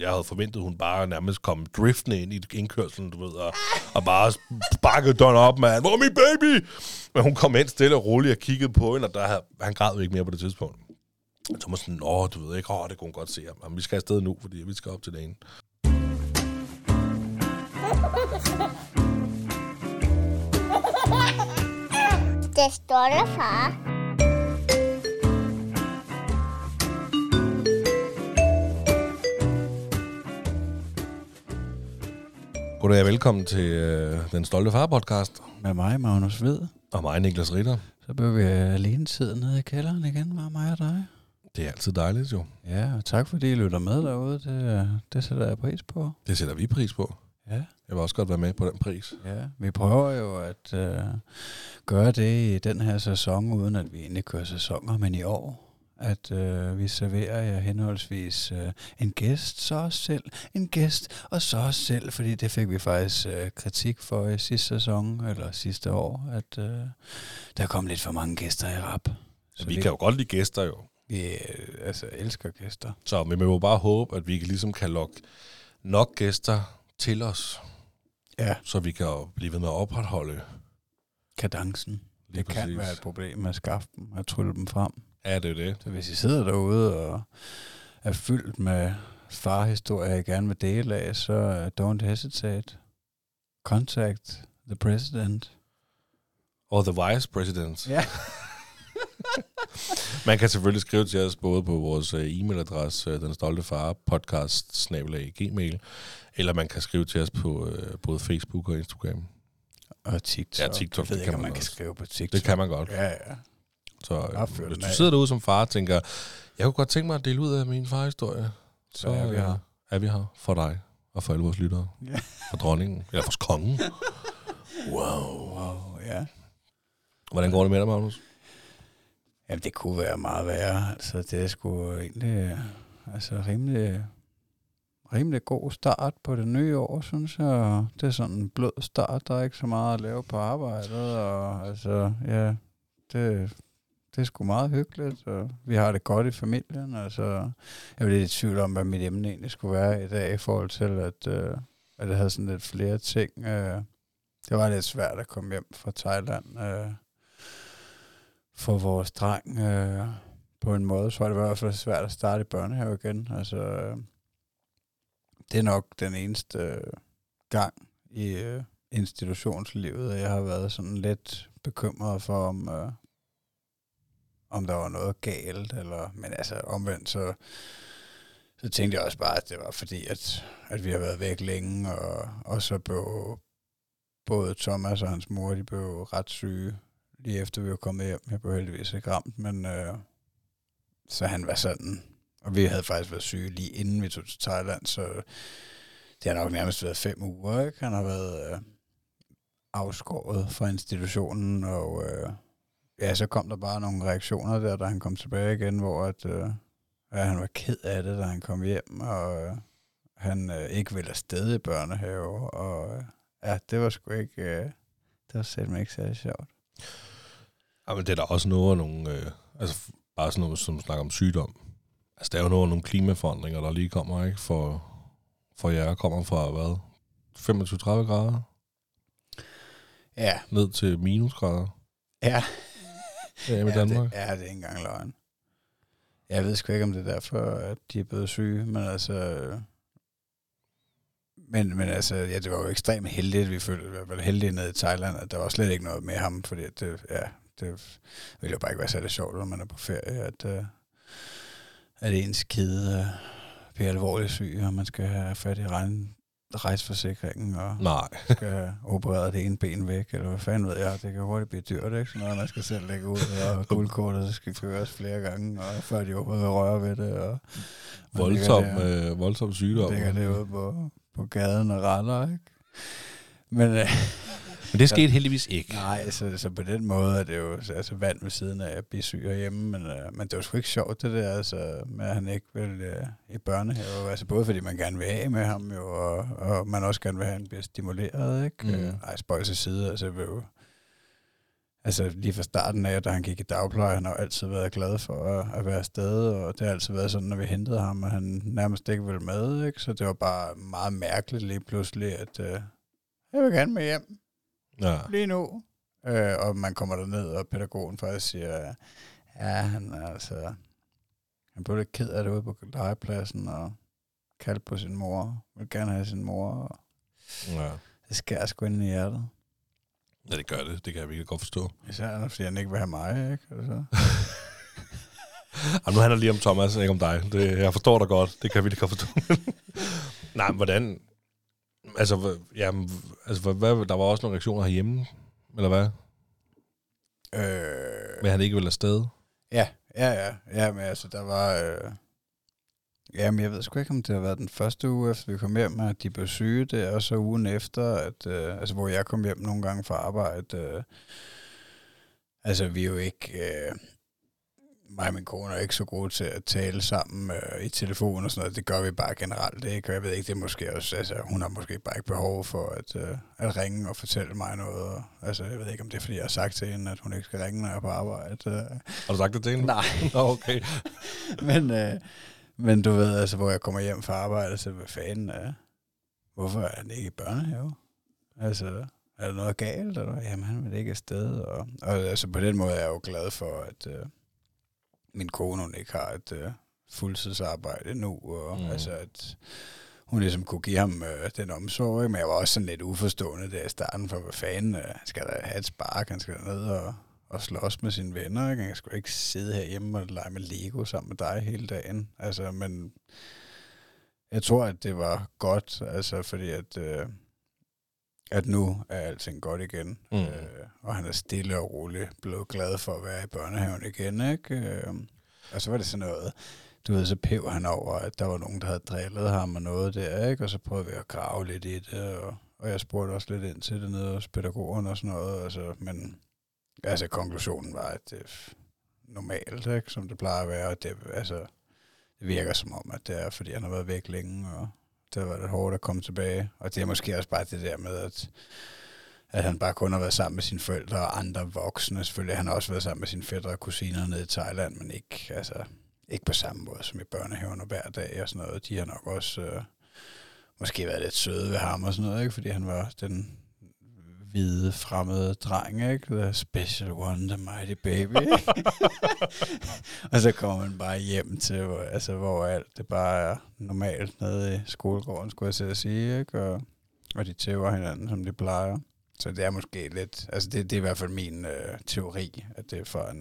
Jeg havde forventet, at hun bare nærmest kom driftende ind i indkørslen, du ved, og bare sparkede døren op, man. Hvor er min baby? Men hun kom ind stille og roligt og kiggede på hende, og han græd jo ikke mere på det tidspunkt. Så var sådan, du ved ikke, det kunne hun godt se. Jamen, vi skal afsted nu, fordi vi skal op til dagen. Det står der, far. Goddag og velkommen til Den Stolte Far-podcast. Med mig, Magnus Ved. Og mig, Niklas Ritter. Så bør vi alene sidde nede i kælderen igen, mig og dig. Det er altid dejligt, jo. Ja, og tak fordi I lytter med derude. Det sætter jeg pris på. Det sætter vi pris på. Ja. Jeg vil også godt være med på den pris. Ja, vi prøver jo at gøre det i den her sæson, uden at vi egentlig kører sæsoner, men i år. At vi serverer jer henholdsvis en gæst, så os selv, en gæst, og så os selv, fordi det fik vi faktisk kritik for i sidste sæson, eller sidste år, at der kom lidt for mange gæster i rap. Så vi kan jo godt lide gæster, jo. Vi elsker gæster. Så vi må bare håbe, at vi ligesom kan lokke nok gæster til os, ja, så vi kan blive ved med at opretholde kadencen. Det præcis. Kan være et problem at skaffe dem og trylle dem frem. Ja, det er det. Så hvis I sidder derude og er fyldt med farhistorier, I gerne vil dele af, så don't hesitate. Contact the president. Og the vice president. Ja. Man kan selvfølgelig skrive til os både på vores e-mailadresse, Den Stolte Far podcast@gmail, eller man kan skrive til os på både Facebook og Instagram. Og TikTok. Ja, TikTok, jeg ved ikke, om man også. kan skrive på TikTok. Det kan man godt. Ja. Så hvis du sidder derude som far og tænker, jeg kunne godt tænke mig at dele ud af min farhistorie, så er vi her for dig og for alle vores lyttere. Ja. For dronningen, eller for kongen. Wow, ja. Hvordan går det med dig, Magnus? Jamen, det kunne være meget værre. Altså, det er sgu egentlig rimelig god start på det nye år, synes jeg. Det er sådan en blød start, der er ikke så meget at lave på arbejdet, og altså, ja, det er sgu meget hyggeligt, og vi har det godt i familien. Altså, jeg var lidt i tvivl om, hvad mit emne egentlig skulle være i dag, i forhold til, at jeg havde sådan lidt flere ting. Det var lidt svært at komme hjem fra Thailand for vores dreng på en måde, så var det i hvert fald svært at starte i børnehave igen. Altså, det er nok den eneste gang i institutionslivet, at jeg har været sådan lidt bekymret for, om der var noget galt, men altså omvendt, så tænkte jeg også bare, at det var fordi, at vi har været væk længe, og så blev både Thomas og hans mor, de blev ret syge, lige efter vi var kommet hjem. Jeg blev heldigvis ikke ramt, men så han var sådan, og vi havde faktisk været syge lige inden vi tog til Thailand, så det har nok nærmest været 5 uger, ikke? Han har været afskåret fra institutionen, og så kom der bare nogle reaktioner der, da han kom tilbage igen, hvor han var ked af det, da han kom hjem, og han ikke ville afsted i børnehave, og det var sgu ikke, det var simpelthen ikke særlig sjovt. Ja, men det er da også noget af nogle, altså bare sådan noget, som snakker om sygdom. Altså der er jo nogle klimaforandringer, der lige kommer, ikke? For jer kommer fra, hvad? 25-30 grader? Ja. Ned til minusgrader? Ja. Det er i Danmark. Det er ikke engang løgn. Jeg ved sgu ikke, om det er derfor, at de er blevet syge, men altså... Men altså, ja, det var jo ekstremt heldigt, vi følte i hvert fald heldige nede i Thailand, at der var slet ikke noget med ham, fordi det ville jo bare ikke være særlig sjovt, når man er på ferie, at ens kide bliver alvorligt syg, og man skal have fat i rejseforsikringen, og skal have opereret det ene ben væk, eller hvad fanden ved jeg, det kan hurtigt blive dyrt, ikke? Sådan noget, man skal selv lægge ud, og guldkortet, så skal køres flere gange, og før de overhovedet rører ved det, og voldsom sygdom. Ligger det ude på gaden og raller, ikke? Men det skete heldigvis ikke. Nej, så på den måde er det jo altså vand ved siden af at blive syg hjemme, men det var sgu ikke sjovt det der, altså med at han ikke vil i børnehave, altså både fordi man gerne vil af med ham jo, og man også gerne vil have, at han bliver stimuleret, ikke? Spøj til side, altså altså lige fra starten af, da han gik i dagpleje, han har altid været glad for at være afsted, og det har altid været sådan, når vi hentede ham, at han nærmest ikke ville med, ikke? Så det var bare meget mærkeligt lige pludselig, at jeg vil gerne med hjem lige nu. Og man kommer derned, og pædagogen faktisk siger, han blev lidt ked af det ude på legepladsen, og kaldte på sin mor, vil gerne have sin mor, og det skærer sgu ind i hjertet. Ja, det gør det. Det kan jeg virkelig godt forstå. Især fordi han ikke vil have mig, ikke? Altså. Nu handler det lige om Thomas, ikke om dig. Jeg forstår dig godt. Det kan jeg virkelig godt forstå. Nej, men hvordan... Altså, hvad, der var også nogle reaktioner herhjemme, eller hvad? Men han ikke ville afsted? Ja, men altså, der var... men jeg ved sgu ikke, om det har været den første uge, efter vi kom hjem, at de blev syge der, og så ugen efter, at, altså, hvor jeg kom hjem nogle gange fra arbejde. Altså, vi er jo ikke... mig og min kone er ikke så gode til at tale sammen i telefon og sådan noget. Det gør vi bare generelt, ikke? Og jeg ved ikke, det er måske også... Altså, hun har måske bare ikke behov for at ringe og fortælle mig noget. Og, altså, jeg ved ikke, om det er, fordi jeg har sagt til hende, at hun ikke skal ringe, når jeg er på arbejde. Har du sagt det til hende? Nej. Okay. Men du ved, altså, hvor jeg kommer hjem fra arbejde, så hvad fanden hvorfor er han ikke i børnehave? Altså, er der noget galt? Eller? Jamen, han vil ikke afsted. Og altså, på den måde er jeg jo glad for, at min kone, hun ikke har et fuldtidsarbejde endnu. Og altså, at hun ligesom kunne give ham den omsorg. Men jeg var også sådan lidt uforstående der i starten, for hvad fanden, han skal da have et spark, han skal ned og slås med sine venner. Ikke? Jeg skulle ikke sidde herhjemme og lege med Lego sammen med dig hele dagen. Altså, men jeg tror, at det var godt, altså, fordi at nu er alting godt igen. Og han er stille og roligt blevet glad for at være i børnehaven igen, ikke? Og så var det sådan noget, du ved, så pev han over, at der var nogen, der havde drillet ham og noget der, ikke? Og så prøvede vi at grave lidt i det, og jeg spurgte også lidt ind til det nede hos pædagogerne og sådan noget, altså, men altså, konklusionen var, at det er normalt, ikke? Som det plejer at være, og det virker som om, at det er, fordi han har været væk længe, og det har været lidt hårdt at komme tilbage. Og det er måske også bare det der med, at han bare kun har været sammen med sine forældre og andre voksne. Selvfølgelig han har også været sammen med sine fædre og kusiner nede i Thailand, men ikke på samme måde som i børnehaven og hver dag og sådan noget. De har nok også måske været lidt søde ved ham og sådan noget, ikke? Fordi han var den hvide, fremmede dreng, ikke? The special one, the mighty baby. Og så kommer man bare hjem til, hvor alt det bare er normalt nede i skolegården, skulle jeg selv sige, ikke? Og de tæver hinanden, som de plejer. Så det er måske lidt, altså det er i hvert fald min teori, at det er for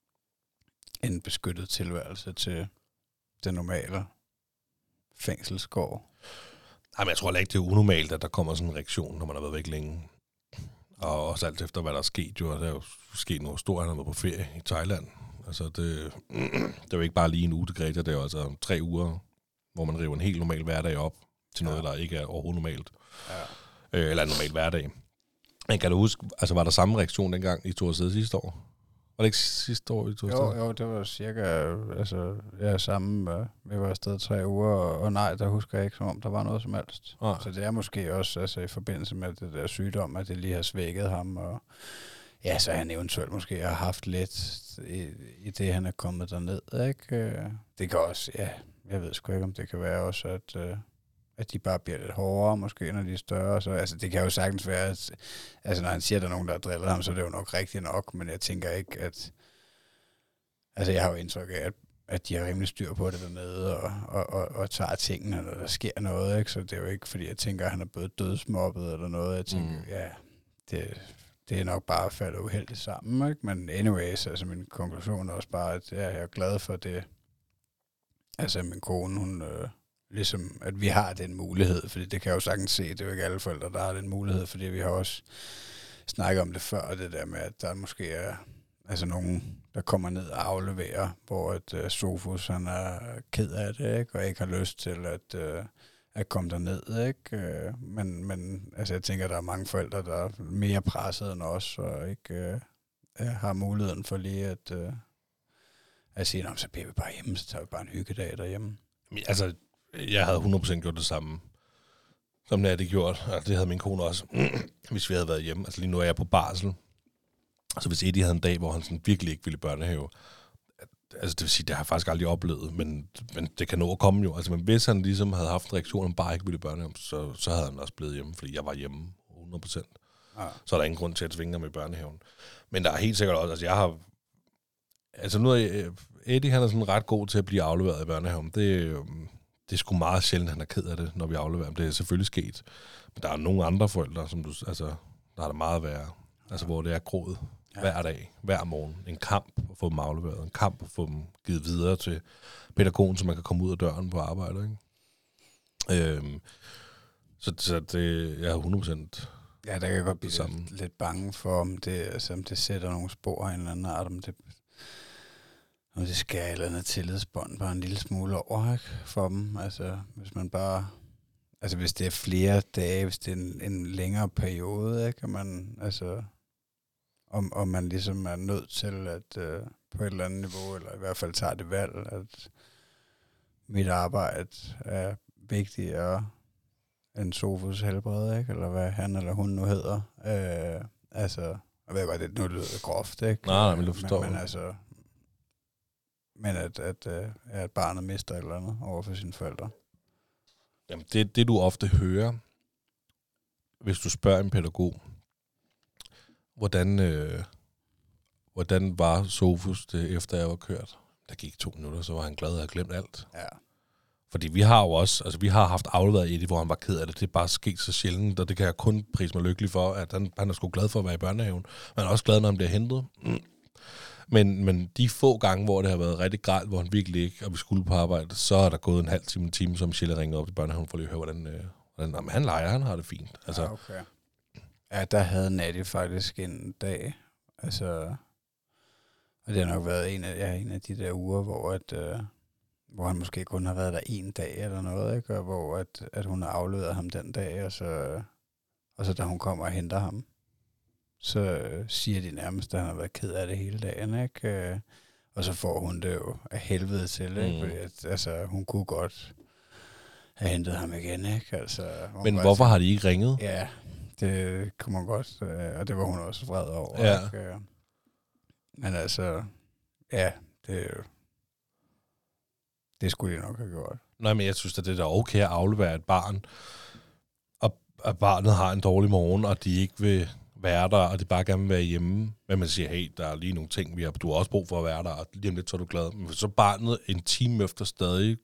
en beskyttet tilværelse til den normale fængselsgård. Nej, men jeg tror ikke, det er unormalt, at der kommer sådan en reaktion, når man har været væk længe. Og også alt efter, hvad der er sket, jo. Der er jo sket noget stort, han har været på ferie i Thailand. Altså, det er jo ikke bare lige en uge til Greta, det er jo altså 3 uger, hvor man river en helt normal hverdag op til noget, der ikke er overhovedet normalt. Ja. Eller en normal hverdag. Men kan du huske, altså var der samme reaktion dengang, I tog afsted sidste år? Var det ikke sidste år, I tog afsted? Jo, det var cirka, altså, samme, vi var afsted 3 uger, og nej, der husker jeg ikke, som om der var noget som helst. Ja. Så det er måske også, altså i forbindelse med det der sygdom, at det lige har svækket ham, og ja, så han eventuelt måske har haft lidt i det, han er kommet derned, ikke? Det kan også, ja, jeg ved sgu ikke, om det kan være også, at de bare bliver lidt hårdere, måske, når de er større. Så, altså, det kan jo sagtens være, at altså, når han siger, at der er nogen, der har drillet ham, så er det jo nok rigtigt nok, men jeg tænker ikke, at... Altså, jeg har jo indtryk af, at de har rimelig styr på det dernede, og tager tingene, når der sker noget, ikke? Så det er jo ikke, fordi jeg tænker, at han er blevet dødsmobbet eller noget. Jeg tænker, ja, det er nok bare faldet uheldigt sammen, ikke? Men anyways, altså min konklusion er også bare, at jeg er glad for det. Altså, min kone, hun... ligesom, at vi har den mulighed, fordi det kan jeg jo sagtens se, det er jo ikke alle forældre, der har den mulighed, fordi vi har også snakket om det før, det der med, at der måske er altså nogen, der kommer ned og afleverer, hvor at Sofus, han er ked af det, ikke? Og ikke har lyst til at komme derned, ikke? Men altså, jeg tænker, der er mange forældre, der er mere presset end os, og ikke har muligheden for lige at sige, så bliver vi bare hjemme, så tager vi bare en hyggedag derhjemme. Altså, jeg havde 100% gjort det samme, som det gjort. Altså, det havde min kone også, hvis vi havde været hjemme. Altså lige nu er jeg på barsel, Altså hvis Eddie havde en dag, hvor han sådan virkelig ikke ville i børnehave, altså det vil sige, det har jeg faktisk aldrig oplevet, men det kan nå at komme jo. Altså men hvis han ligesom havde haft en reaktion, han bare ikke ville i børnehave, så havde han også blevet hjemme, fordi jeg var hjemme 100%. Ja. Så er der ingen grund til at tvinge ham i børnehaven. Men der er helt sikkert også, altså jeg har... Altså nu er Eddie, han er sådan ret god til at blive afleveret i børnehaven. Det er sgu meget sjældent, han er ked af det, når vi afleverer ham. Det er selvfølgelig sket. Men der er nogle andre forældre, som du... Altså, der er der meget værre. Altså hvor det er gråd hver dag, hver morgen. En kamp at få dem afleveret. En kamp at få dem givet videre til pædagogen, så man kan komme ud af døren på arbejde, ikke? Så det jeg er 100%... Ja, der kan jeg godt blive lidt bange for, om det sætter nogle spor af en eller anden art, om det skærer et eller andet tillidsbånd bare en lille smule over, ikke, for dem. Altså, hvis man bare... Altså, hvis det er flere dage, hvis det er en længere periode, ikke, og man, altså... Om man ligesom er nødt til at på et eller andet niveau, eller i hvert fald tager det valg, at mit arbejde er vigtigere end Sofus helbred, ikke? Eller hvad han eller hun nu hedder. Altså, og hvad var det nu, lyder groft, ikke? Nej, men du forstår. Men altså, men at barnet mister et eller andet over for sine forældre. Jamen, det du ofte hører, hvis du spørger en pædagog, hvordan var Sofus det, efter jeg var kørt? Der gik 2 minutter, så var han glad og havde glemt alt. Ja. Fordi vi har jo også, altså vi har haft afleveret Eddie, hvor han var ked af det. Det er bare sket så sjældent, og det kan jeg kun prise mig lykkelig for, at han er sgu glad for at være i børnehaven. Men han er også glad, når han bliver hentet. Men de få gange, hvor det har været rigtig grelt, hvor han virkelig ikke, og vi skulle på arbejde, så er der gået en halv time, så Michelle ringede op til børnehaven for lige at høre, hvordan han leger, han har det fint. Altså, ja, okay. Ja, der havde Natty faktisk en dag, altså, og det har nok været en af de der uger, hvor han måske kun har været der en dag eller noget, ikke? Og hvor at hun har afleveret ham den dag, og så da hun kommer og henter ham, så siger de nærmest, at han har været ked af det hele dagen, ikke? Og så får hun det jo af helvede til, ikke? Fordi at, altså, hun kunne godt have hentet ham igen, ikke? Altså, men hvorfor har de ikke ringet? Ja, det kunne man godt, og det var hun også vred over. Ja. Ikke? Men altså, ja, det skulle de nok have gjort. Nej, men jeg synes, at det er da okay at aflevere et barn, og at barnet har en dårlig morgen, og de ikke vil være der, og de bare gerne vil være hjemme. Men man siger, hey, der er lige nogle ting, du har også brug for at være der, og lige om lidt, så er du glad. Men hvis så barnet en time efter stadig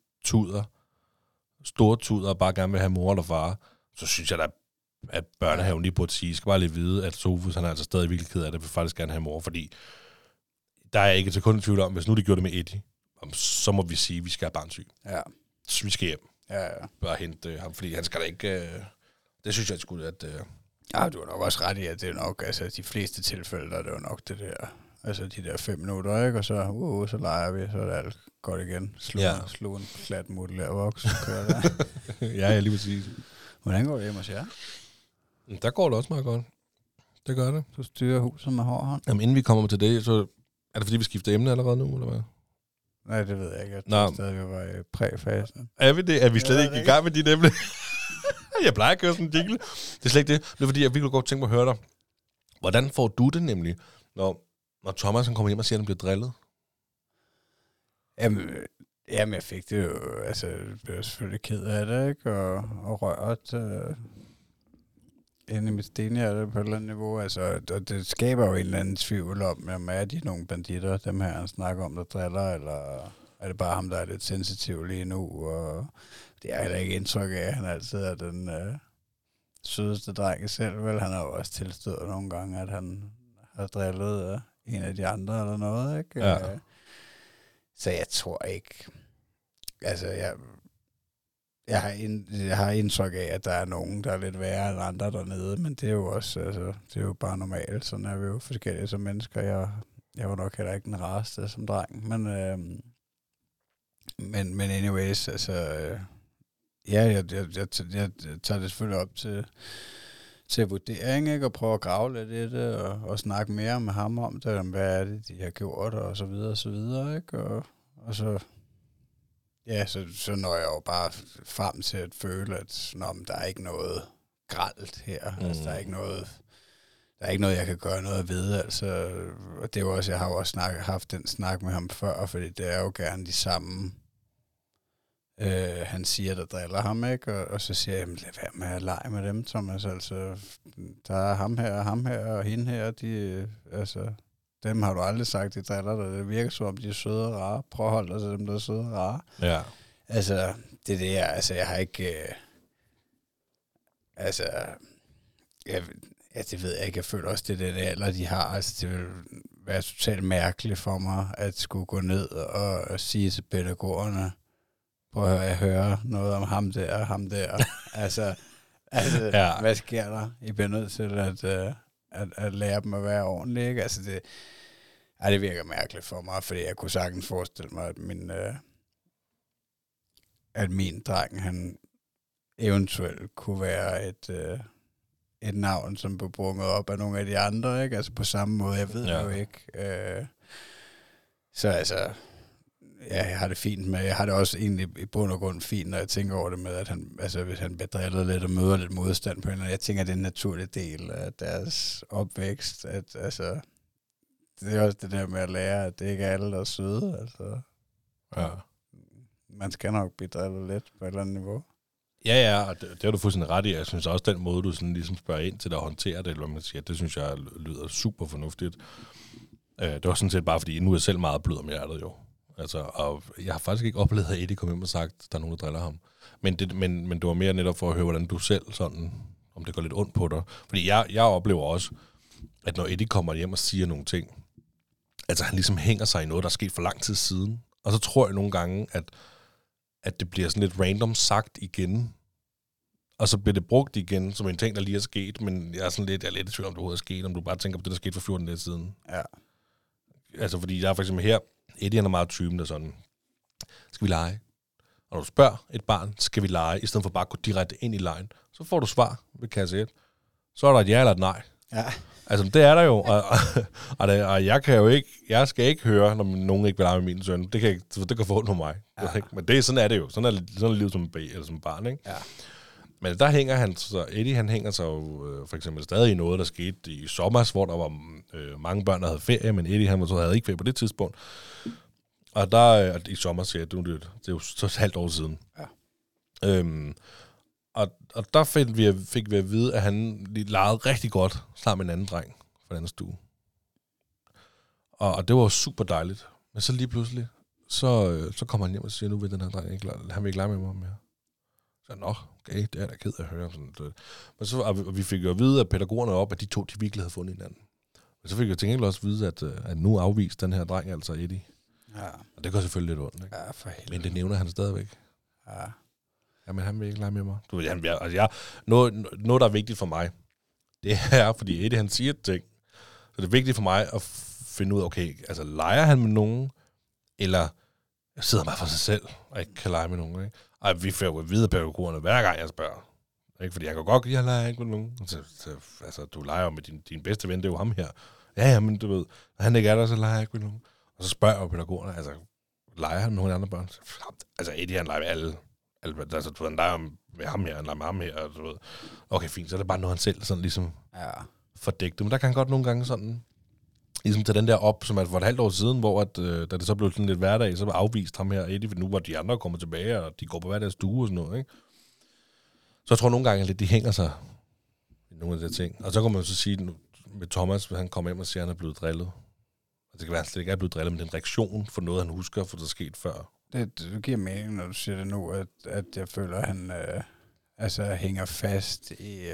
tuder, og bare gerne vil have mor eller far, så synes jeg da, at børnehaven lige burde sige, skal bare lige vide, at Sofus, han er altså stadig virkelig ked af det, vil faktisk gerne have mor, fordi der er ikke til kun tvivl om, hvis nu de gjorde det med Eddie, så må vi sige, at vi skal have barnsyg. Ja. Så vi skal hjem. Ja. Bare hente ham, fordi han skal da ikke... det synes jeg skulle, at... Ja, du har nok også ret i, at det er nok, altså de fleste tilfælde, der er det jo nok det der, altså de der 5 minutter, ikke? Og så leger vi, så er det alt godt igen. Slå en klat modellær voks, så kører der. Ja, lige præcis. Hvordan går det hjemme hos jer? Der går det også meget godt. Det gør det. Du styrer huset med hård hånd. Jamen, inden vi kommer til det, så er det fordi, vi skifter emne allerede nu, eller hvad? Nej, det ved jeg ikke. Jeg tror stadig, vi var i præfasen. Er vi det? Er vi slet ikke i gang med dit emne? Jeg plejer at køre sådan en jingle. Det er slet ikke det. Det er fordi, jeg virkelig godt tænke mig at høre dig. Hvordan får du det nemlig, når Thomas han kommer hjem og siger, at han bliver drillet? Jamen, jeg fik det jo, altså, jeg blev selvfølgelig ked af det, ikke? Og rørt inde i mit stenhjerte på et eller andet niveau. Altså, og det skaber jo en eller anden tvivl om, er de nogle banditter, dem her han snakker om, der driller, eller er det bare ham, der er lidt sensitiv lige nu? Og det er heller ikke indtryk af, at han altid er den sødeste dreng selv, vel? Han har jo også tilstået nogle gange, at han har drillet en af de andre eller noget, ikke? Ja. Så jeg tror ikke... Altså, jeg har indtryk af, at der er nogen, der er lidt værre end andre dernede, men det er jo også, altså, det er jo bare normalt. Sådan er vi jo forskellige som mennesker. Jeg var nok heller ikke den rareste som dreng, men anyways, altså, jeg tager det selvfølgelig op til vurdering, ikke? Og prøve at grave lidt i det, og snakke mere med ham om det, om hvad er det, de har gjort, og så videre, ikke? Og så... Ja, så når jeg jo bare frem til at føle, at der er ikke noget grelt her. Altså, der er ikke noget der er ikke noget, jeg kan gøre noget ved, altså. Og det er jo også, jeg har jo også haft den snak med ham før, fordi det er jo gerne de samme, han siger, der driller ham, ikke? Og så siger jeg, lad være med at lege med dem, Thomas, altså. Der er ham her, og hende her, de, altså, dem har du aldrig sagt, de driller dig. Det virker som om, de er søde og rare. Prøv at holde dig til dem, der er søde og rare. Ja. Altså, det er det, jeg har ikke, det ved jeg ikke. Jeg føler også, det er den alder, de har. Altså, det vil være totalt mærkeligt for mig, at skulle gå ned og sige til pædagogerne, prøv at høre noget om ham der. altså ja. Hvad sker der? I bliver nødt til at lære dem at være ordentlige, ikke? Altså, det virker mærkeligt for mig, fordi jeg kunne sagtens forestille mig, at min dreng, han eventuelt kunne være et navn, som blev brunget op af nogle af de andre, ikke? Altså på samme måde, jeg ved det jo ikke. Så altså, ja, jeg har det fint med, jeg har det også egentlig i bund og grund fint, når jeg tænker over det med, at han, altså hvis han bliver drillet lidt og møder lidt modstand på hende, jeg tænker, at det er en naturlig del af deres opvækst, at altså, det er også det der med at lære, at det ikke er alle, der er søde, altså. Ja. Man skal nok blive drillet lidt på et eller andet niveau. Ja, og det har du fuldstændig ret i. Jeg synes også, den måde, du sådan ligesom spørger ind til at håndtere det, eller hvad man siger, det synes jeg lyder super fornuftigt. Det var sådan set bare, fordi nu er jeg selv meget blød om hjertet jo. Altså, og jeg har faktisk ikke oplevet, at Eddie kom hjem og sagt, at der er nogen, der driller ham. Men det var mere netop for at høre, hvordan du selv sådan, om det går lidt ondt på dig. Fordi jeg oplever også, at når Eddie kommer hjem og siger nogle ting, altså han ligesom hænger sig i noget, der er sket for lang tid siden. Og så tror jeg nogle gange, at det bliver sådan lidt random sagt igen, og så bliver det brugt igen som en ting, der lige er sket, men jeg er lidt i tvivl om, det overhovedet er sket, om du bare tænker på det, der skete for 14 dage siden. Ja. Altså, fordi jeg er for eksempel her, Eddie han er meget typen, der sådan, skal vi lege? Og når du spørger et barn, skal vi lege, i stedet for bare at gå direkte ind i lejen, så får du svar ved kasse 1. Så er der et ja eller et nej. Ja. Altså, det er der jo, og jeg kan jo ikke, jeg skal ikke høre, når nogen ikke vil lege med min søn. Det kan få ondt på mig. Ja. Men sådan er det jo. Sådan er livet som barn, ikke? Ja. Men der hænger han, så Eddie han hænger sig jo for eksempel stadig i noget, der skete i sommer, hvor der var mange børn, der havde ferie, men Eddie han havde ikke ferie på det tidspunkt. Og der i sommer, siger jeg, det er jo så et halvt år siden. Ja. Og der fik vi at vide, at han legede rigtig godt sammen med en anden dreng fra den anden stue. Og det var jo super dejligt. Men så lige pludselig, så kommer han hjem og siger, nu vil den her dreng ikke, han vil ikke lege med mig mere. Så okay, det er da ked af at høre. Sådan, men så, og vi fik jo at vide, at pædagogerne op, at de to, de virkelig havde fundet hinanden. Men så fik jeg til gengæld også at vide, at nu afviste den her dreng, altså Eddie. Ja. Og det går selvfølgelig lidt ondt, ikke? Ja, for helvede. Men det nævner han stadigvæk. Ja. Jamen, han vil ikke lege med mig. Noget, der er vigtigt for mig, det er, fordi Eddie, han siger ting, så det er vigtigt for mig at finde ud af, okay, altså, leger han med nogen, eller sidder bare for sig selv, og ikke kan lege med nogen, ikke? Og vi får jo at vide af pædagogerne, hver gang jeg spørger. Ikke? Fordi jeg kan godt, jeg leger ikke med nogen. Altså, du leger jo med din bedste ven, det er jo ham her. Ja, men du ved, når han ikke er der, så leger jeg ikke med nogen. Og så spørger jeg pædagogerne, altså, leger han med nogle andre børn? Altså, Eddie, han leger med alle. Altså, du ved, han leger med ham her, han leger med ham her, og du ved. Okay, fint, så er det bare noget, han selv sådan ligesom fordægte. Men der kan han godt nogle gange sådan, ligesom til den der op, som er for et halvt år siden, hvor da det så blev sådan lidt hverdag, så var afvist ham her, Eddie, nu var de andre kommet tilbage, og de går på hver deres stue og sådan noget, ikke? Så jeg tror nogle gange, at de hænger sig i nogle af de ting. Og så kan man så sige, med Thomas, han kommer hjem og siger, at han er blevet drillet. Og det kan være, at han slet ikke er blevet drillet, men det er en reaktion for noget, han husker, for det er sket før. Det giver mening, når du siger det nu, at jeg føler, at han hænger fast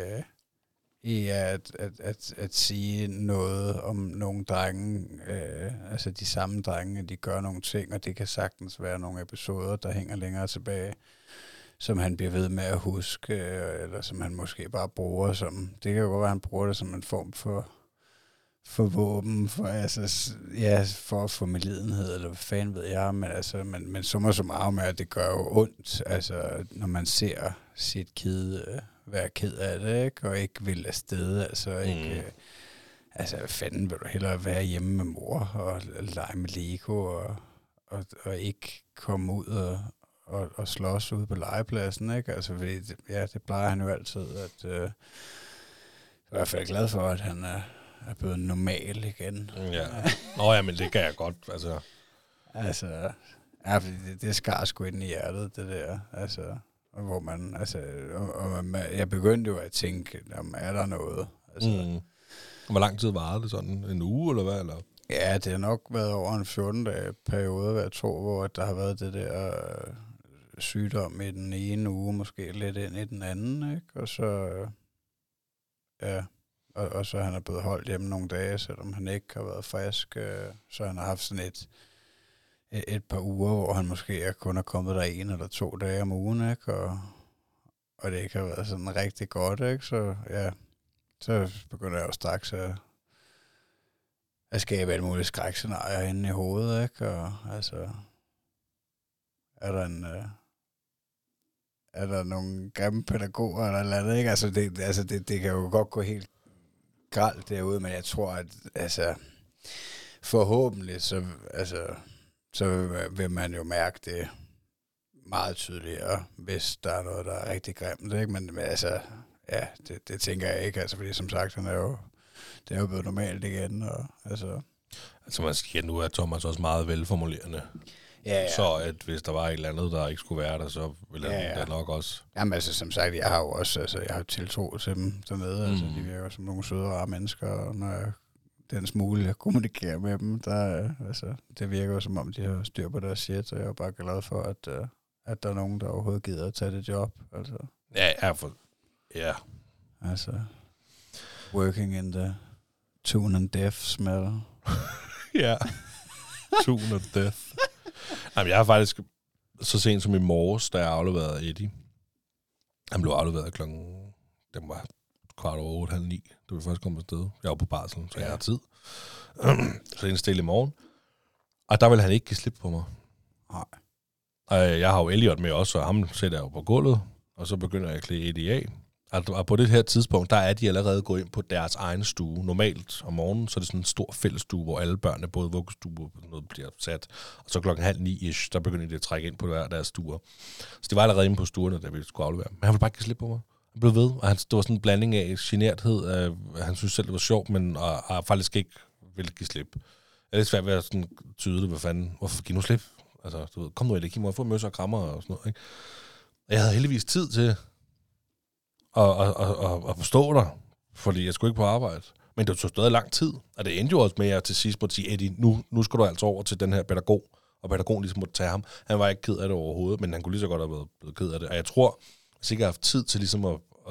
i at sige noget om nogle drenge, altså de samme drenge, de gør nogle ting, og det kan sagtens være nogle episoder, der hænger længere tilbage, som han bliver ved med at huske, eller som han måske bare bruger som, det kan jo godt være, han bruger det som en form for våben, for at få medlidenhed, eller hvad fanden ved jeg, men summa summarum er, at det gør jo ondt, altså når man ser sit kid være ked af det, ikke? Og ikke vil afsted, altså ikke, hvad fanden vil du hellere være hjemme med mor og lege med Lego og ikke komme ud og slås ude på legepladsen, ikke? Altså, fordi, det plejer han jo altid, at i hvert fald glad for, at han er blevet normal igen. Ja. Nå ja, men det kan jeg godt, altså. Altså, ja, fordi det skar sgu ind i hjertet, det der. Altså, hvor man, altså, jeg begyndte jo at tænke, om er der noget? Altså, Hvor lang tid varede det sådan? En uge, eller hvad? Eller? Ja, det har nok været over en 14-dage periode, hvad jeg tror, hvor der har været det der sygdom i den ene uge, måske lidt ind i den anden, ikke? Og så, ja, og så han er blevet holdt hjemme nogle dage, selvom han ikke har været frisk, så han har haft sådan et par uger, hvor han måske kun er kommet der 1 eller 2 dage om ugen, ikke? Og det ikke har været sådan rigtig godt, ikke? Så ja, så begynder jeg jo straks at skabe alle mulige skrækscenarier inde i hovedet, ikke? Og altså, er der nogle grimme pædagoger eller andet, ikke? Altså, det kan jo godt gå helt grelt derude, men jeg tror, at altså, forhåbentlig, så vil man jo mærke det meget tydeligere, hvis der er noget, der er rigtig grimt, ikke? Men altså, ja, det tænker jeg ikke, altså, fordi som sagt, det er jo blevet normalt igen, og altså man siger, nu er Thomas også meget velformulerende. Ja. Så at hvis der var et eller andet, der ikke skulle være der, så ville det nok også. Jamen altså, som sagt, jeg har jo også, altså, jeg har tiltro til dem dernede, altså, de virker som nogle søde og rare mennesker, og når den smule, jeg kommunikerer med dem, der, altså, det virker jo som om, de har styr på deres shit, og jeg er bare glad for, at der er nogen, der overhovedet gider at tage det job, altså. Ja. Altså, working in the tune and death smell. Ja. Tune and death. Jamen, jeg har faktisk så sent som i morges, da jeg afleverede Eddie. Han blev afleveret klokken, den var 7:45, 8:30, da vi først kom afsted. Jeg var på barsel, så jeg har tid. Så det er en stille i morgen. Og der vil han ikke give slip på mig. Nej. Og jeg har jo Elliot med også, og ham sætter jeg jo på gulvet, og så begynder jeg at klæde Eddie af. Og på det her tidspunkt, der er de allerede gået ind på deres egen stue. Normalt om morgenen, så er det sådan en stor fællesstue, hvor alle børnene, både vuggestue og noget, bliver sat. Og så 8:30-ish, der begynder de at trække ind på deres stuer. Så det var allerede inde på stuerne, da vi skulle aflevere. Men han ville bare ikke give slip på mig. Han blev ved, og det var sådan en blanding af generthed. Han synes selv, det var sjovt, men og faktisk ikke ville give slip. Det er lidt svært ved at sådan tyde, hvad fanden, hvorfor giv nu slip? Altså, du ved, kom nu, Eddie, må jeg få møsser og krammer og sådan noget, ikke? Jeg havde heldigvis tid til og forstå dig, fordi jeg skulle ikke på arbejde. Men det tog stadig lang tid, og det endte jo også med, at jeg til sidst måtte sige, Eddie, nu skal du altså over til den her pædagog, og pædagogen ligesom måtte tage ham. Han var ikke ked af det overhovedet, men han kunne lige så godt have været blevet ked af det. Og jeg tror, hvis ikke jeg har haft tid til ligesom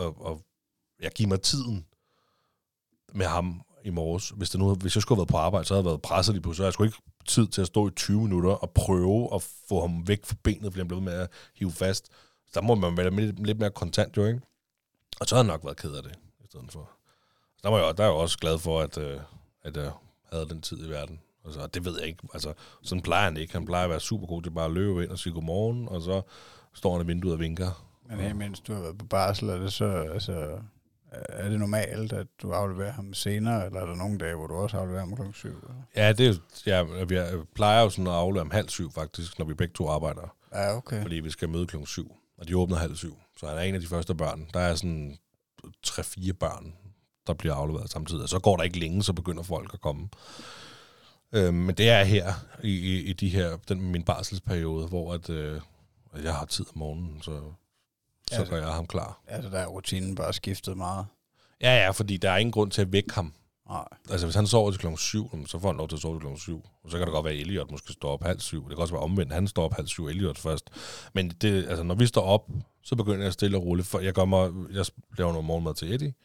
at give mig tiden med ham i morges, hvis jeg skulle have været på arbejde, så havde jeg været presset lige på, så jeg skulle ikke tid til at stå i 20 minutter og prøve at få ham væk fra benet, fordi han blev med at hive fast. Så der må man være lidt mere kontant, jo, ikke? Og så havde jeg nok været ked af det, i stedet for. Der er jeg også glad for, at jeg havde den tid i verden. Altså, det ved jeg ikke. Altså, sådan plejer han ikke. Han plejer at være super god til bare at løbe ind og sige godmorgen, og så står han i vinduet og vinker. Men her, mens du har været på barsel, er det så, altså, er det normalt, at du afleverer ham senere, eller er der nogle dage, hvor du også afleverer ham klokken 7? Ja, jeg plejer jo sådan at aflevere ham 6:30 faktisk, når vi begge to arbejder. Ja, okay. Fordi vi skal møde klokken 7, og de åbner 6:30. Så han er en af de første børn. Der er sådan 3-4 børn, der bliver afleveret samtidig. Og så går der ikke længe, så begynder folk at komme. Men det er her, i min barselsperiode, hvor jeg har tid om morgenen, så gør jeg ham klar. Altså, der er rutinen bare skiftet meget. Ja, fordi der er ingen grund til at vække ham. Nej. Altså, hvis han sover til klokken 7, så får han lov til at sove til klokken 7. Og så kan det godt være, at Elliot måske står op 6:30. Det kan også være omvendt. Han står op 6:30, Elliot først. Men det, altså, når vi står op, så begynder jeg stille og roligt. For jeg laver noget morgenmad til Eddie.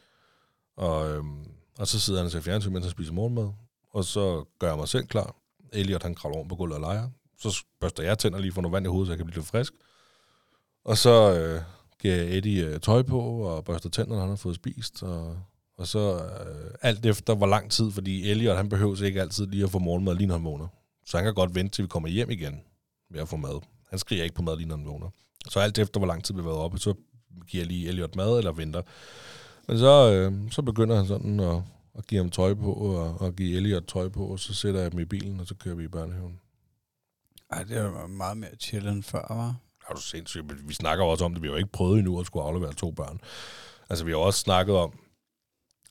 Og så sidder han og ser fjernsyn, mens han spiser morgenmad. Og så gør jeg mig selv klar. Elliot, han kravler oven på gulvet og leger. Så børster jeg tænder lige for noget vand i hovedet, så jeg kan blive lidt frisk. Og så giver jeg Eddie tøj på og børster tænderne, han har fået spist. Og så alt efter hvor lang tid, fordi Elliot, han behøver ikke altid lige at få morgenmad lige når han vågner. Så han kan godt vente til vi kommer hjem igen ved at få mad. Han skriger ikke på mad lige når han vågner. Så alt efter hvor lang tid vi har været oppe, så giver jeg lige Elliot mad eller venter. Men så begynder han sådan at give ham tøj på og give Elliot tøj på, og så sætter jeg dem i bilen, og så kører vi i børnehaven. Ej, det er meget mere chill end før, hva'? Er du sindssygt? Vi snakker også om det. Vi har jo ikke prøvet endnu at skulle aflevere 2 børn. Altså, vi har også snakket om,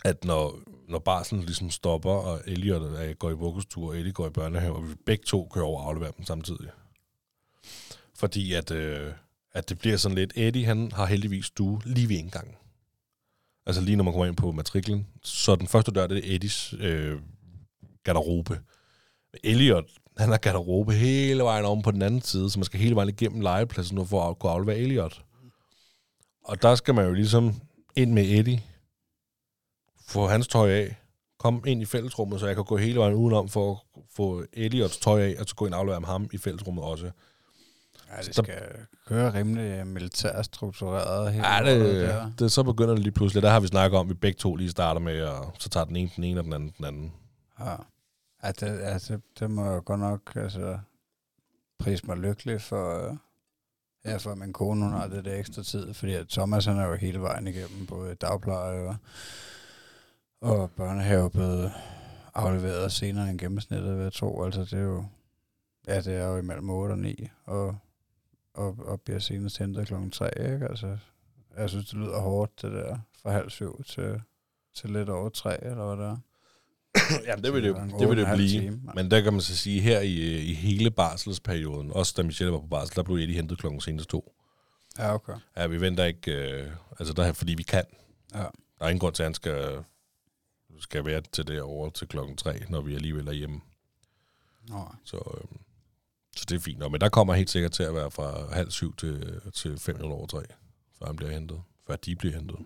at når barslen ligesom stopper, og Elliot går i vuggestue, og Eddie går i børnehave, og vi begge to kører over og afleverer dem samtidig. Fordi at det bliver sådan lidt, Eddie han har heldigvis stue lige ved indgangen. Altså lige når man kommer ind på matriklen. Så den første dør, det er Eddies garderobe. Elliot, han har garderobe hele vejen om på den anden side, så man skal hele vejen igennem legepladsen nu for at kunne aflevere Elliot. Og der skal man jo ligesom ind med Eddie, få hans tøj af, komme ind i fællesrummet, så jeg kan gå hele vejen udenom for at få Elliots tøj af, og så gå ind og aflevere ham i fællesrummet også. Ja, det skal køre rimelig militært struktureret. Det så begynder det lige pludselig. Der har vi snakket om, at vi begge to lige starter med, og så tager den ene og den anden. Ja, det må jeg godt nok prise mig lykkelig for, for min kone, hun har det der ekstra tid, fordi at Thomas han er jo hele vejen igennem, både dagpleje og børnehave blevet afleveret senere end gennemsnittet, ved jeg tro. Altså det er jo, det er jo imellem 8 og 9, og bliver senest hentet 3:00, ikke? Altså, jeg synes, det lyder hårdt, det der, fra 6:30 til lidt over 3, eller hvad det er. Jamen, det vil det blive. Time, men der kan man så sige, her i hele barselsperioden, også da Michelle var på barsel, der blev Eddie hentet senest 2. Ja, okay. Ja, vi venter ikke, der er, fordi vi kan. Ja. Der er ingen grund til, at han skal være til det over til 3, når vi alligevel er hjemme. Så det er fint. Men der kommer helt sikkert til at være fra 6:30 til 3:05, før han bliver hentet. Før de bliver hentet.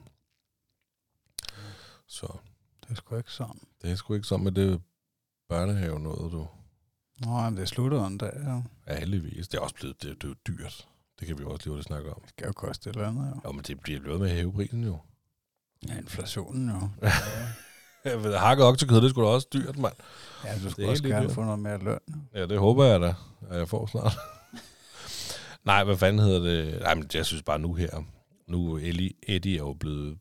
Så det er sgu ikke sådan. Det er sgu ikke sådan med det børnehave noget, du. Nå, men det slutter en dag, ja. Ja, heldigvis. Det er også blevet det er dyrt. Det kan vi også lige snakke om. Det skal jo koste et eller andet, jo. Jo, men det bliver blevet med at hæve prisen, jo. Ja, inflationen, jo. Hakket oksekød, det skulle da også dyrt, mand. Ja, du skulle også gerne få noget mere løn. Ja, det håber jeg da, at jeg får snart. Nej, hvad fanden hedder det? Nej, men jeg synes bare nu her. Nu Eddie er jo blevet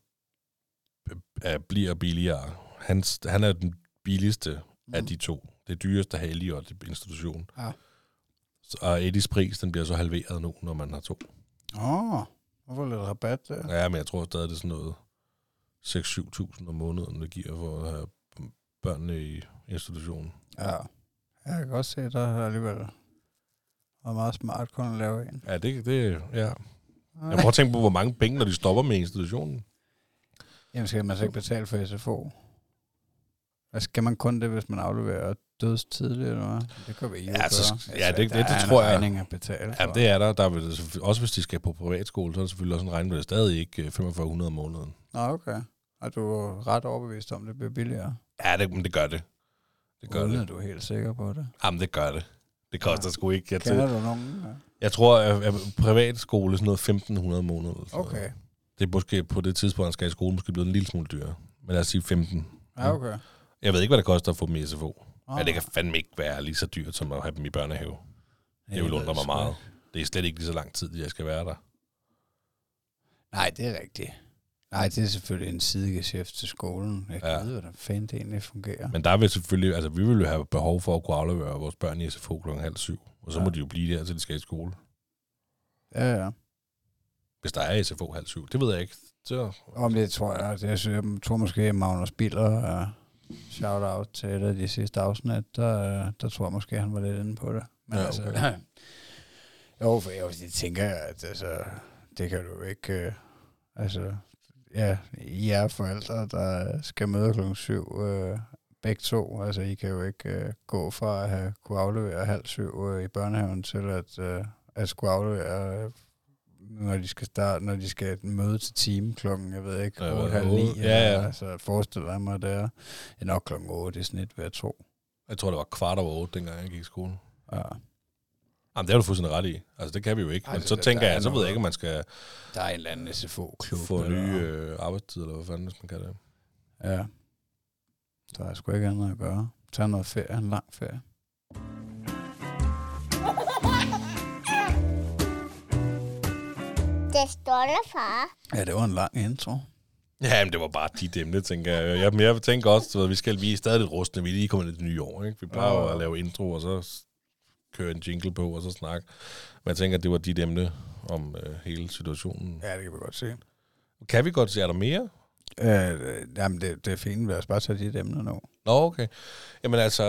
bliver billigere. Han er den billigste af de to. Det dyreste har Elliot i institution. Ja. Og Eddies pris, den bliver så halveret nu, når man har 2. Hvorfor lidt rabat der? Ja, men jeg tror stadig, det er sådan noget 6-7.000 om måneden, det giver for at have børnene i institutionen. Ja. Jeg kan godt se, at der har alligevel været meget smart kun at lave en. Ja, ja. Jeg prøver at tænke på, hvor mange penge, når de stopper med institutionen. Jamen, skal man så ikke betale for SFO? Skal man kun det, hvis man afleverer dødstidligt, eller hvad? Det kan vi ikke gøre. Det tror jeg. Regning at betale for. Ja, det er der. Der er også hvis de skal på privatskole, så er det selvfølgelig også en regning, men det er stadig ikke 4.500 om måneden. Nå, okay. Og du er ret overbevist om, det bliver billigere? Ja, det gør det. Uden at du er helt sikker på det? Jamen, det gør det. Det koster sgu ikke. Kender du nogen? Ja. Jeg tror, at privatskole er sådan noget 1.500 om måneden. Okay. Det er måske på det tidspunkt, han skal i skole, måske blevet en lille smule dyrere. Men lad os sige 15. Ja, okay. Jeg ved ikke, hvad det koster at få dem i SFO. Men det kan fandme ikke være lige så dyrt, som at have dem i børnehave. Det vil undre mig meget. Det er slet ikke lige så lang tid, jeg skal være der. Nej, det er rigtigt. Nej, det er selvfølgelig en sidegeschæft til skolen. Jeg kan vide, hvordan fanden det egentlig fungerer. Men der vil selvfølgelig, altså vi vil jo have behov for at kunne aflevere vores børn i SFO 6:30. Og så må de jo blive der, til de skal i skole. Ja. Hvis der er SFO 6:30. Det ved jeg ikke. Om det tror jeg. Jeg tror måske, at Magnus Biller shout-out til et af de sidste afsnit. Der tror jeg måske, han var lidt inde på det. Men ja, okay. For jeg tænker, at det kan du ikke... I er forældre, der skal møde 7:00, begge to. Altså, I kan jo ikke gå fra at kunne aflevere 6:30 i børnehaven til at skulle aflevere, når de skal møde til time klokken, jeg ved ikke, 8:30. Ja. Altså, forestiller jeg mig, det er nok klokken 8 i snit ved at tro. Jeg tror, det var 7:15, dengang jeg gik i skole. Ja. Jamen, det er du fuldstændig ret i. Altså, det kan vi jo ikke. Men så tænker jeg, så ved jeg ikke, om man skal... Der er en eller anden SFO-klub. Få nye arbejdstider, eller hvad fanden, hvis man kan det. Ja. Der er sgu ikke andet at gøre. Tag noget ferie, en lang ferie. Det står der, far. Ja, det var en lang intro. Ja, men det var bare dit emne, tænker jeg. Jeg tænker også, at vi er stadig lidt rustne. Vi er lige kommet ind i det nye år, ikke? Vi plejer at lave intro, og så køre en jingle på, og så snakke. Men jeg tænker, at det var dit emne om hele situationen. Ja, det kan vi godt se. Kan vi godt se, er der mere? Jamen, det er fint. Lad os bare tage de emner nu. Nå, okay. Jamen altså...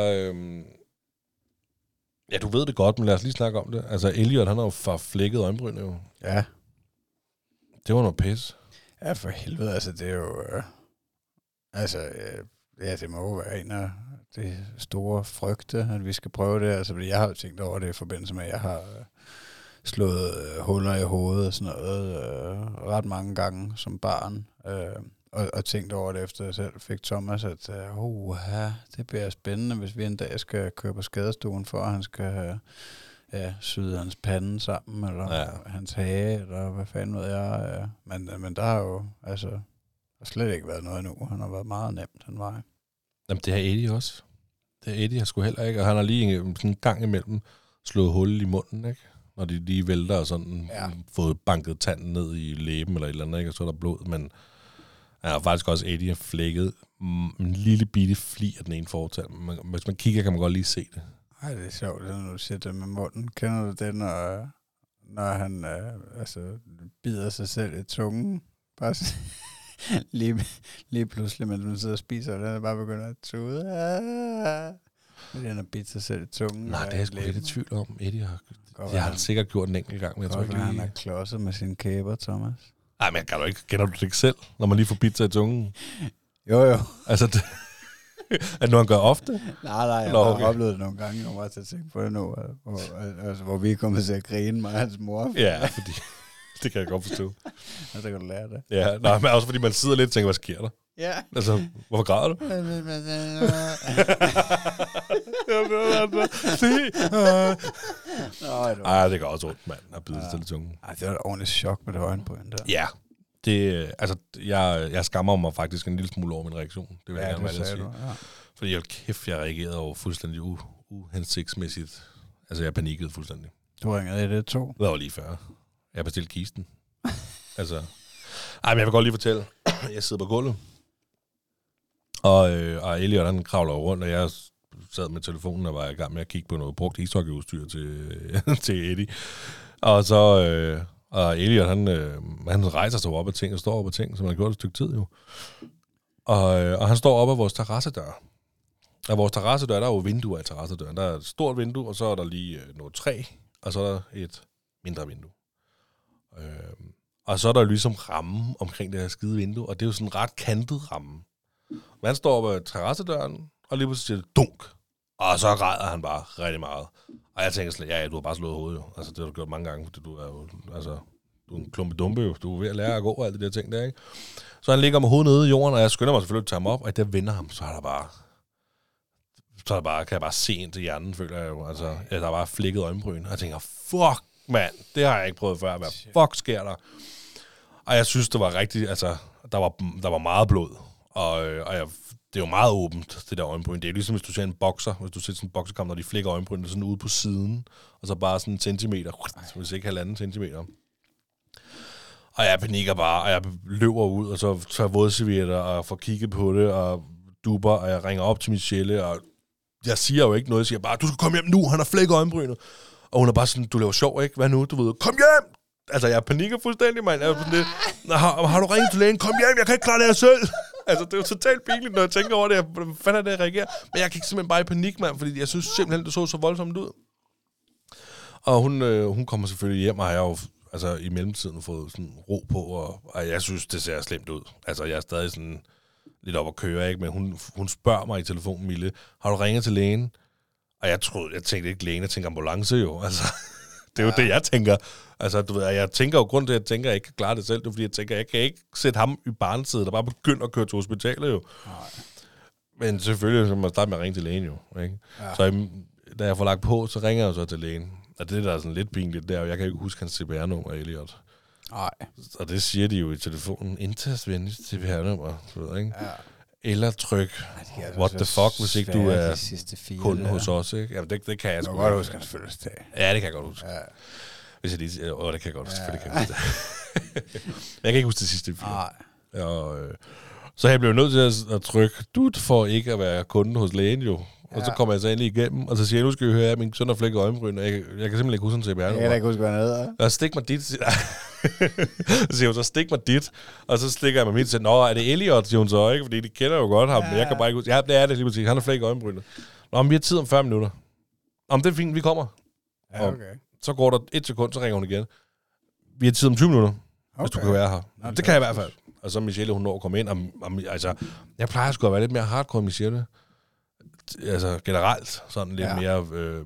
ja, du ved det godt, men lad os lige snakke om det. Altså, Elliot, han har jo forflækket øjenbryn jo. Ja. Det var noget pis. Ja, for helvede. Altså, det er jo... ja, det må jo være en af de store frygte, at vi skal prøve det. Altså, fordi jeg har jo tænkt over det i forbindelse med, at jeg har slået huller i hovedet og sådan noget ret mange gange som barn. Og tænkt over det, efter jeg selv fik Thomas, at det bliver spændende, hvis vi en dag skal køre på skadestuen, for at han skal syde hans pande sammen, eller hans hage, eller hvad fanden ved jeg. Men der har jo slet ikke været noget endnu. Han har været meget nemt, den vej. Jamen, det har Eddie også. Det har Eddie har sgu heller ikke, og han har lige sådan en gang imellem slået hul i munden, ikke? Når de lige vælter og sådan fået banket tanden ned i læben eller et eller andet, ikke? Og så er der blod, men han har faktisk også Eddie har flækket en lille bitte fli af den ene fortand. Hvis man kigger, kan man godt lige se det. Ej, det er sjovt, når du siger det med munden. Kender du det, når han bider sig selv i tungen? Bare lige pludselig, mens man sidder og spiser, og den bare begynder at tude. Men han har bidt sig selv i tungen. Nej, det er jeg sgu lidt i tvivl om. Eddie har sikkert gjort en enkelt gang, men jeg tror ikke lige... Han har klodset med sine kæber, Thomas. Nej, men kender du det ikke selv, når man lige får bidt sig i tungen? Jo. Altså, det, er det noget, han gør ofte? Nej, jeg har oplevet det nogle gange, jeg var til at tænke på det nu, hvor vi er kommet til at grine mig og hans mor. Ja, fordi det kan jeg godt forstå. Så kan du lære det. Ja, nej, men også fordi man sidder lidt og tænker, hvad sker der? Ja. Altså, hvorfor græder du? Ej, det gør også ondt, mand, at bide sig til tungen. Ej, det var et ordentligt chok med det øjenbryn der. Ja, jeg skammer mig faktisk en lille smule over min reaktion. Det vil jeg gerne sige. Ja. Fordi kæft, jeg reagerede over fuldstændig uhensigtsmæssigt. Altså, jeg panikkede fuldstændig. Du ringede 112? Det var lige før. Jeg bestilte kisten. Altså... Ej, men jeg vil godt lige fortælle. Jeg sidder på gulvet. Og Elliot, han kravler rundt, og jeg sad med telefonen og var i gang med at kigge på noget brugt ishockeyudstyr til Eddie. Og så... og Elliot, han rejser sig op af ting og står op af ting, som han har gjort et stykke tid jo. Og han står op af vores terrassedør. Og vores terrassedør, der er jo vinduer i terrassedøren. Der er et stort vindue, og så er der lige noget træ, og så er der et mindre vindue. Og så er der ligesom ramme omkring det her skide vindue, og det er jo sådan en ret kantet ramme. Man står op ad terrassedøren, og lige pludselig siger det dunk, og så græder han bare rigtig meget. Og jeg tænker sådan, du har bare slået hovedet jo. Altså, det har du gjort mange gange, fordi du er jo, altså, du er en klumpe dumpe jo. Du er ved at lære at gå og alt det der ting der, ikke? Så han ligger med hovedet nede i jorden, og jeg skynder mig selvfølgelig at tage ham op, og der vender ham, så er der bare, kan jeg bare se ind til hjernen, føler jeg jo. Altså, der er bare flækket øjenbryn, og jeg tænker, fuck, mand, det har jeg ikke prøvet før. Hvad fuck sker der? Og jeg synes, det var rigtigt, altså, der var meget blod. Og det er jo meget åbent, det der øjenbryn. Det er ligesom, hvis du ser en bokser, hvis du ser sådan en bokserkamp, når de flækker øjenbryn sådan ude på siden, og så bare sådan en centimeter, hvis ikke 1,5 centimeter. Og jeg panikker bare, og jeg løber ud, og så tager vådservietter, og får kigget på det, og duber, og jeg ringer op til Michelle, og jeg siger jo ikke noget, jeg siger bare, du skal komme hjem nu, han har flækket øjenbrynet. Og hun er bare sådan, du laver sjov, ikke? Hvad nu? Du ved, kom hjem! Altså, jeg panikker fuldstændig, mand. Jeg er sådan lidt, har du ringet til lægen? Kom hjem, jeg kan ikke klare det her selv. Altså, det er jo totalt pinligt, når jeg tænker over det. Hvad fanden er det, jeg reagerer? Men jeg gik simpelthen bare i panik, mand, fordi jeg synes simpelthen, det så voldsomt ud. Og hun kommer selvfølgelig hjem, og har jeg jo altså, i mellemtiden fået sådan ro på, og jeg synes, det ser slemt ud. Altså, jeg er stadig sådan lidt op at køre, ikke? Men hun spørger mig i telefonen, Mille, har du ringet til lægen? Og jeg tænkte ikke lægen, jeg tænker ambulance jo. Altså, det er jo det, jeg tænker. Altså, du ved, jeg tænker jo, grund til, at jeg tænker, at jeg ikke kan klare det selv, det er, fordi jeg tænker, at jeg kan ikke sætte ham i barnesædet og bare begynde at køre til hospitalet jo. Nej. Men selvfølgelig så må jeg starte med at ringe til lægen jo. Ikke? Ja. Så da jeg får lagt på, så ringer jeg så til lægen. Og det, der er sådan lidt pinligt, det er jo, jeg kan ikke huske hans CPR-nummer, Elliot. Nej. Og det siger de jo i telefonen. Indtast venligst CPR-nummer, ikke? Ja. Eller tryk, what the fuck, hvis ikke du er kunden hos os, ikke? Jamen, det kan jeg sgu godt huske hans fødselsdag. Ja, det kan jeg godt huske. Ja. Hvis jeg lige... det kan jeg godt huske, selvfølgelig kan jeg huske det. Jeg kan ikke huske det sidste 4. Nej. Så jeg blev nødt til at trykke for ikke at være kunden hos lægen, jo. Og så kommer jeg så endelig igennem, og så siger jeg, nu skal vi høre, at min søn har flækket øjenbryn, og jeg kan simpelthen ikke huske en CPR-nummer. Jeg kan ikke huske, hvad han hedder. Stik mig dit. Så siger hun så, stik mig dit. Og så stikker jeg mig mit til, nå, er det Elliot, siger hun så, ikke? Fordi de kender jo godt ham, men jeg kan bare ikke huske. Ja, det er det lige præcis. Han har flere i øjenbrynet. Nå, men vi har tid om 40 minutter. Om det er fint, vi kommer. Ja, okay. Så går der 1 sekund, så ringer hun igen. Vi har tid om 20 minutter, hvis du kan være her. Nå, det kan jeg i hvert fald. Og så Michelle, hun når at komme ind. Altså, jeg plejer sgu at være lidt mere hardcore, Michelle. Altså generelt, sådan lidt mere...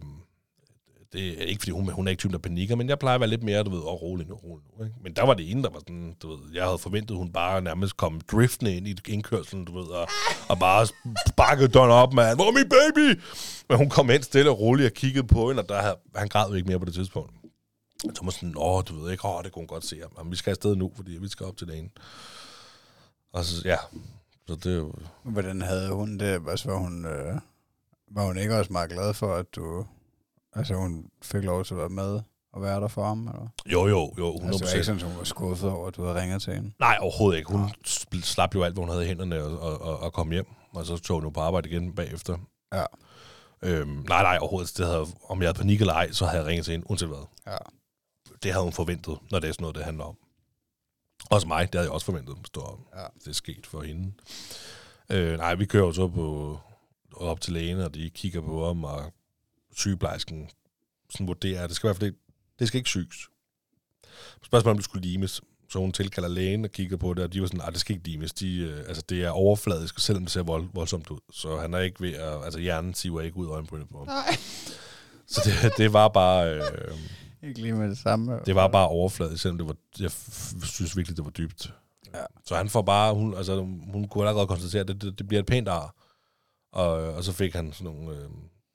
det er ikke, fordi hun er ikke typen, der panikker, men jeg plejer at være lidt mere, du ved, rolig nu. Ikke? Men der var det ene, der var sådan, du ved, jeg havde forventet, hun bare nærmest kom driftende ind i indkørslen, du ved, og bare sparkede døren op, man. Hvor er min baby? Men hun kom ind stille og roligt og kiggede på hende, og han græd jo ikke mere på det tidspunkt. Så var sådan, du ved ikke, det kunne hun godt se. Jamen, vi skal afsted nu, fordi vi skal op til dagen. Og så, ja. Så det jo... Hvordan havde hun det? Altså, var hun ikke også meget glad for, at du... Altså, hun fik lov til at være med og være der for ham, eller? Jo, 100%. Altså, det var ikke sådan, at hun var skuffet over, at du havde ringet til hende? Nej, overhovedet ikke. Hun slap jo alt, hvad hun havde i hænderne og kom hjem. Og så tog hun jo på arbejde igen bagefter. Ja. Nej, overhovedet. Om jeg havde panik eller ej, så havde jeg ringet til hende, uanset hvad. Ja. Det havde hun forventet, når det er sådan noget, det handler om. Også mig, det havde jeg også forventet, hvis det er sket for hende. Nej, vi kører jo så op til lægen, og de kigger på ham, og sygeplejersken sådan vurderer, det skal i hvert fald det skal ikke syges. Spørgsmålet om det skulle limes, så hun tilkalder lægen og kigger på det, og de var sådan, det skal ikke limes. Altså det er overfladisk, selvom det ser voldsomt ud. Så han er ikke ved at, altså hjernen siver ikke ud af øjenbrynet på ham. Nej. Så det var bare... ikke lige med det samme. Det var bare overfladisk, selvom det var, jeg synes virkelig, det var dybt. Ja. Så han får bare, hun kunne allerede konstatere, at det bliver et pænt ar. Og så fik han sådan nogle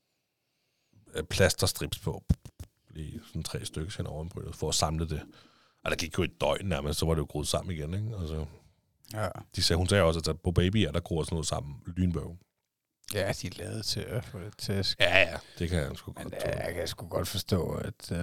plasterstrips på, lige sådan 3 stykker hen over øjenbrynet, for at samle det. Og der gik jo et døgn nærmest, så var det jo groet sammen igen, ikke? Altså, ja. Hun sagde også, at på babyer, der gror sådan noget sammen lynbøv. Ja, de er lavet til at få det tæsk. Ja, det kan jeg sgu godt. Men jeg kan sgu godt forstå, at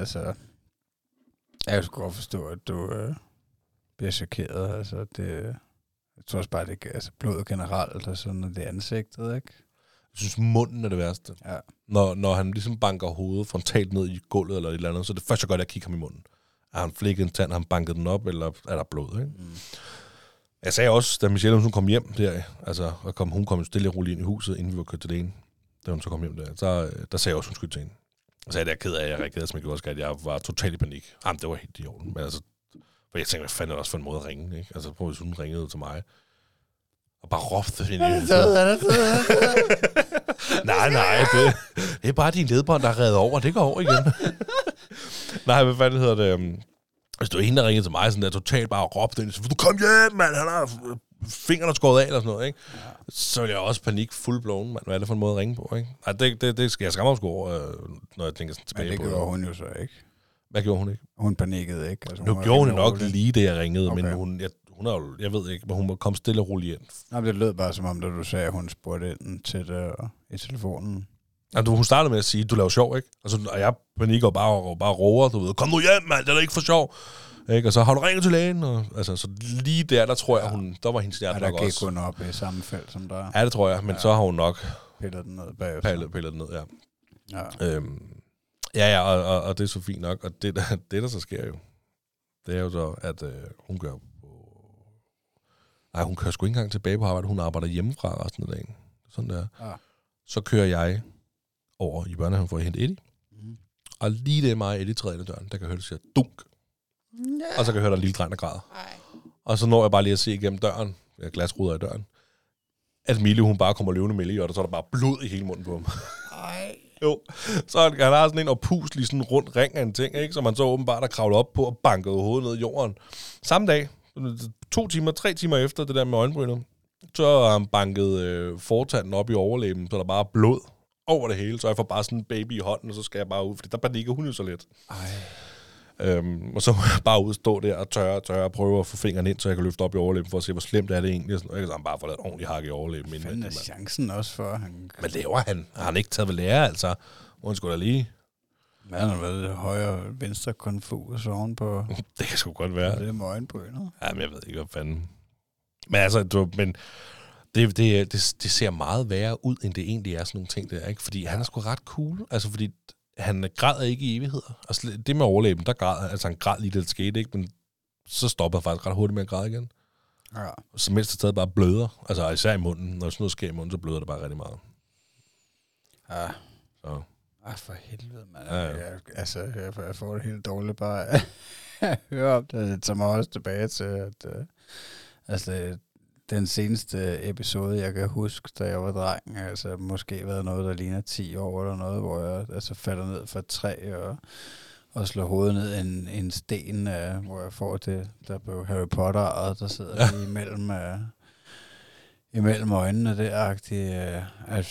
du bliver chokeret. Altså, jeg tror også bare, det er blodet generelt, og sådan, det er ansigtet, ikke? Jeg synes, munden er det værste. Ja. Når han ligesom banker hovedet frontalt ned i gulvet eller et eller andet, så det første, jeg gør, det er at kigge ham i munden. Har han flækket en tand, har han banket den op, eller er der blod, ikke? Mm. Jeg sagde også, da Michelle hun kom hjem der, altså, hun kom stille og roligt ind i huset, inden vi var kørt til lægen, da hun så kom hjem der, der sagde jeg også, hun skulle til hende. Jeg sagde, at jeg er ked af, jeg reagerede, som jeg gjorde, at jeg var totalt i panik. Jamen, det var helt i orden, men altså, for jeg tænkte, hvad fanden er det også for en måde at ringe, ikke? Altså, prøv hvis hun ringede til mig, og bare råbte ind i Nej, det er bare din ledbånd, der er reddet over, det går over igen. Nej, hvad fanden hedder det? Hvis du er hende, der ringede til mig, sådan der totalt bare råbte ind, så du kom hjem, mand, han har fingrene skåret af, eller sådan noget, ikke? Ja. Så vil jeg også panik full-blown, mand. Hvad er det for en måde at ringe på, ikke? Nej, det skal jeg skamme sgu over, når jeg tænker sådan tilbage på det. Men det gjorde hun jo så ikke. Hvad gjorde hun ikke? Hun panikkede ikke. Altså, nu gjorde hun nok lige det, jeg ringede, okay. Men hun er jo, jeg ved ikke, men hun kom stille og roligt ind. Nej, det lød bare som om, da du sagde, at hun spurgte ind til det i telefonen. Altså, hun startede med at sige, du laver sjov, ikke? Og jeg panikker bare roer, du ved, kom nu hjem, mand, det er da ikke for sjov. Ikke? Og så har du ringet til lægen, og altså, så lige der tror jeg, der var hendes hjerte nok også. Der gik hun op i samme felt som der. Ja, det tror jeg, men så har hun nok pillet den ned bagefter. Pillet den ned, ja. Og det er så fint nok, og det der så sker jo, det er jo så, at hun gør hun kører sgu ikke engang tilbage på arbejde, hun arbejder hjemmefra resten af dagen. Sådan der. Ja. Så kører jeg over i børnehaven for at hente Eddie. Mm. Og lige det er mig, Eddie træder ind ad døren, der kan høre, det siger dunk. Yeah. Og så kan jeg høre, der er en lille dreng, der græder. Og så når jeg bare lige at se igennem døren, glasruder i døren, at Mille, hun bare kommer løvende med, og så er der bare blod i hele munden på ham. Jo, så han har sådan en opuslig sådan rund ring af en ting, ikke? Som man så åbenbart har kravlet op på og banket hovedet ned i jorden. Samme dag, 3 timer efter det der med øjenbrynet, så har han banket fortanden op i overlæben, så der bare er blod over det hele, så jeg får bare sådan en baby i hånden, og så skal jeg bare ud, fordi der panikker hun jo så lidt. Og så må jeg bare ud og stå der og tørre og prøve at få fingrene ind, så jeg kan løfte op i overlæben, for at se, hvor slemt er det egentlig. Og jeg kan bare få lavet ordentligt hak i overlæben. Hvad fanden er chancen også for? Hvad laver han? Har han ikke taget ved lære, altså? Hvor han skulle da lige... Hvad har været højre venstre konfus ovenpå? Det kan sgu godt være. Det er med øjenbrynet. Jamen, jeg ved ikke, hvad fanden... Men altså, det ser meget værre ud, end det egentlig er sådan nogle ting der, ikke? Fordi han er sgu ret cool. Altså, fordi han græder ikke i evigheder. Altså, det med overlæben, der græder, altså han græd lige, det skete, ikke? Men så stopper jeg faktisk ret hurtigt med at græde igen. Ja. Så mens det stadig bare bløder, altså især i munden, når sådan noget sker i munden, så bløder det bare rigtig meget. Ja. Så. For helvede, mand. Ja. Jeg får det helt dårligt bare at høre om det. Det tager mig også tilbage til, at den seneste episode, jeg kan huske, da jeg var dreng, altså måske været noget, der ligner 10 år eller noget, hvor jeg altså falder ned fra et træ og slår hovedet ned i en sten, hvor jeg får det, der blev Harry Potter, og der sidder lige imellem øjnene der-agtigt.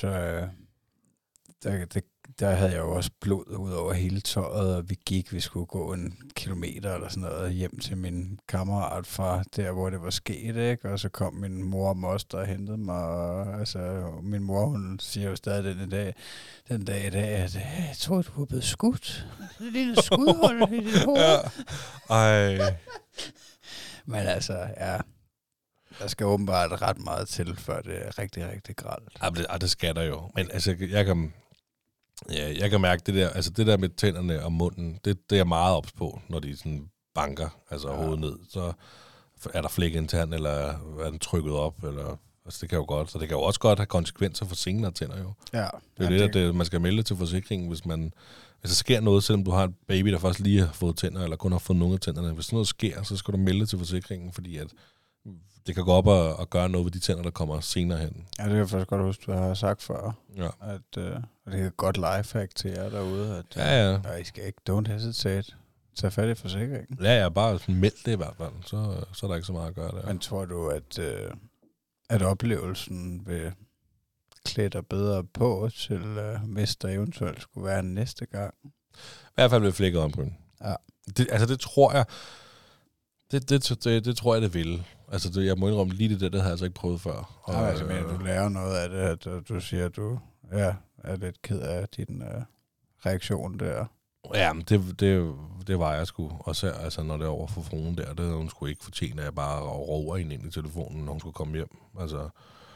Der havde jeg jo også blod ud over hele tøjet, og vi skulle gå 1 kilometer eller sådan noget hjem til min kammerat fra der, hvor det var sket, ikke? Og så kom min mor og moster og hentede mig, og altså, min mor, hun siger jo stadig den dag i dag, at jeg tror, du var blevet skudt. Det lille skudhold i dit hoved. Ja. Ej. Men altså, ja, der skal åbenbart ret meget til, før det er rigtig, rigtig grelt. Ja, det skal der jo. Men altså, jeg kan mærke det der, altså det der med tænderne og munden, det er jeg meget ops på, når de sådan banker, altså hovedet ned. Så er der flæk internt, eller er den trykket op, eller altså det kan jo godt. Så det kan jo også godt have konsekvenser for senere tænder jo. Ja. Det er det, man skal melde til forsikringen, hvis der sker noget, selvom du har en baby, der faktisk lige har fået tænder, eller kun har fået nogle af tænderne. Hvis noget sker, så skal du melde til forsikringen, fordi at det kan gå op og gøre noget ved de tænder, der kommer senere hen. Ja, det kan jeg faktisk godt huske, du har sagt før. Ja. At det er et godt lifehack til jer derude. At, Ja. I skal ikke, don't hesitate. Tag fat i forsikringen. Ja, bare sådan meld det i hvert fald. Så er der ikke så meget at gøre der. Men tror du, at oplevelsen vil klæde dig bedre på til, hvis der eventuelt skulle være en næste gang? I hvert fald vil flækket omkring. Ja. Det tror jeg... Det tror jeg, det vil. Altså, jeg må indrømme, lige det har jeg altså ikke prøvet før. Og, men du lærer noget af det, at du siger, at du er lidt ked af din reaktion der. Ja, det var jeg sgu. Og så, altså, når det er over for fruen der, det havde hun sgu ikke fortjent, at jeg bare råber hende ind i telefonen, når hun skulle komme hjem. Altså,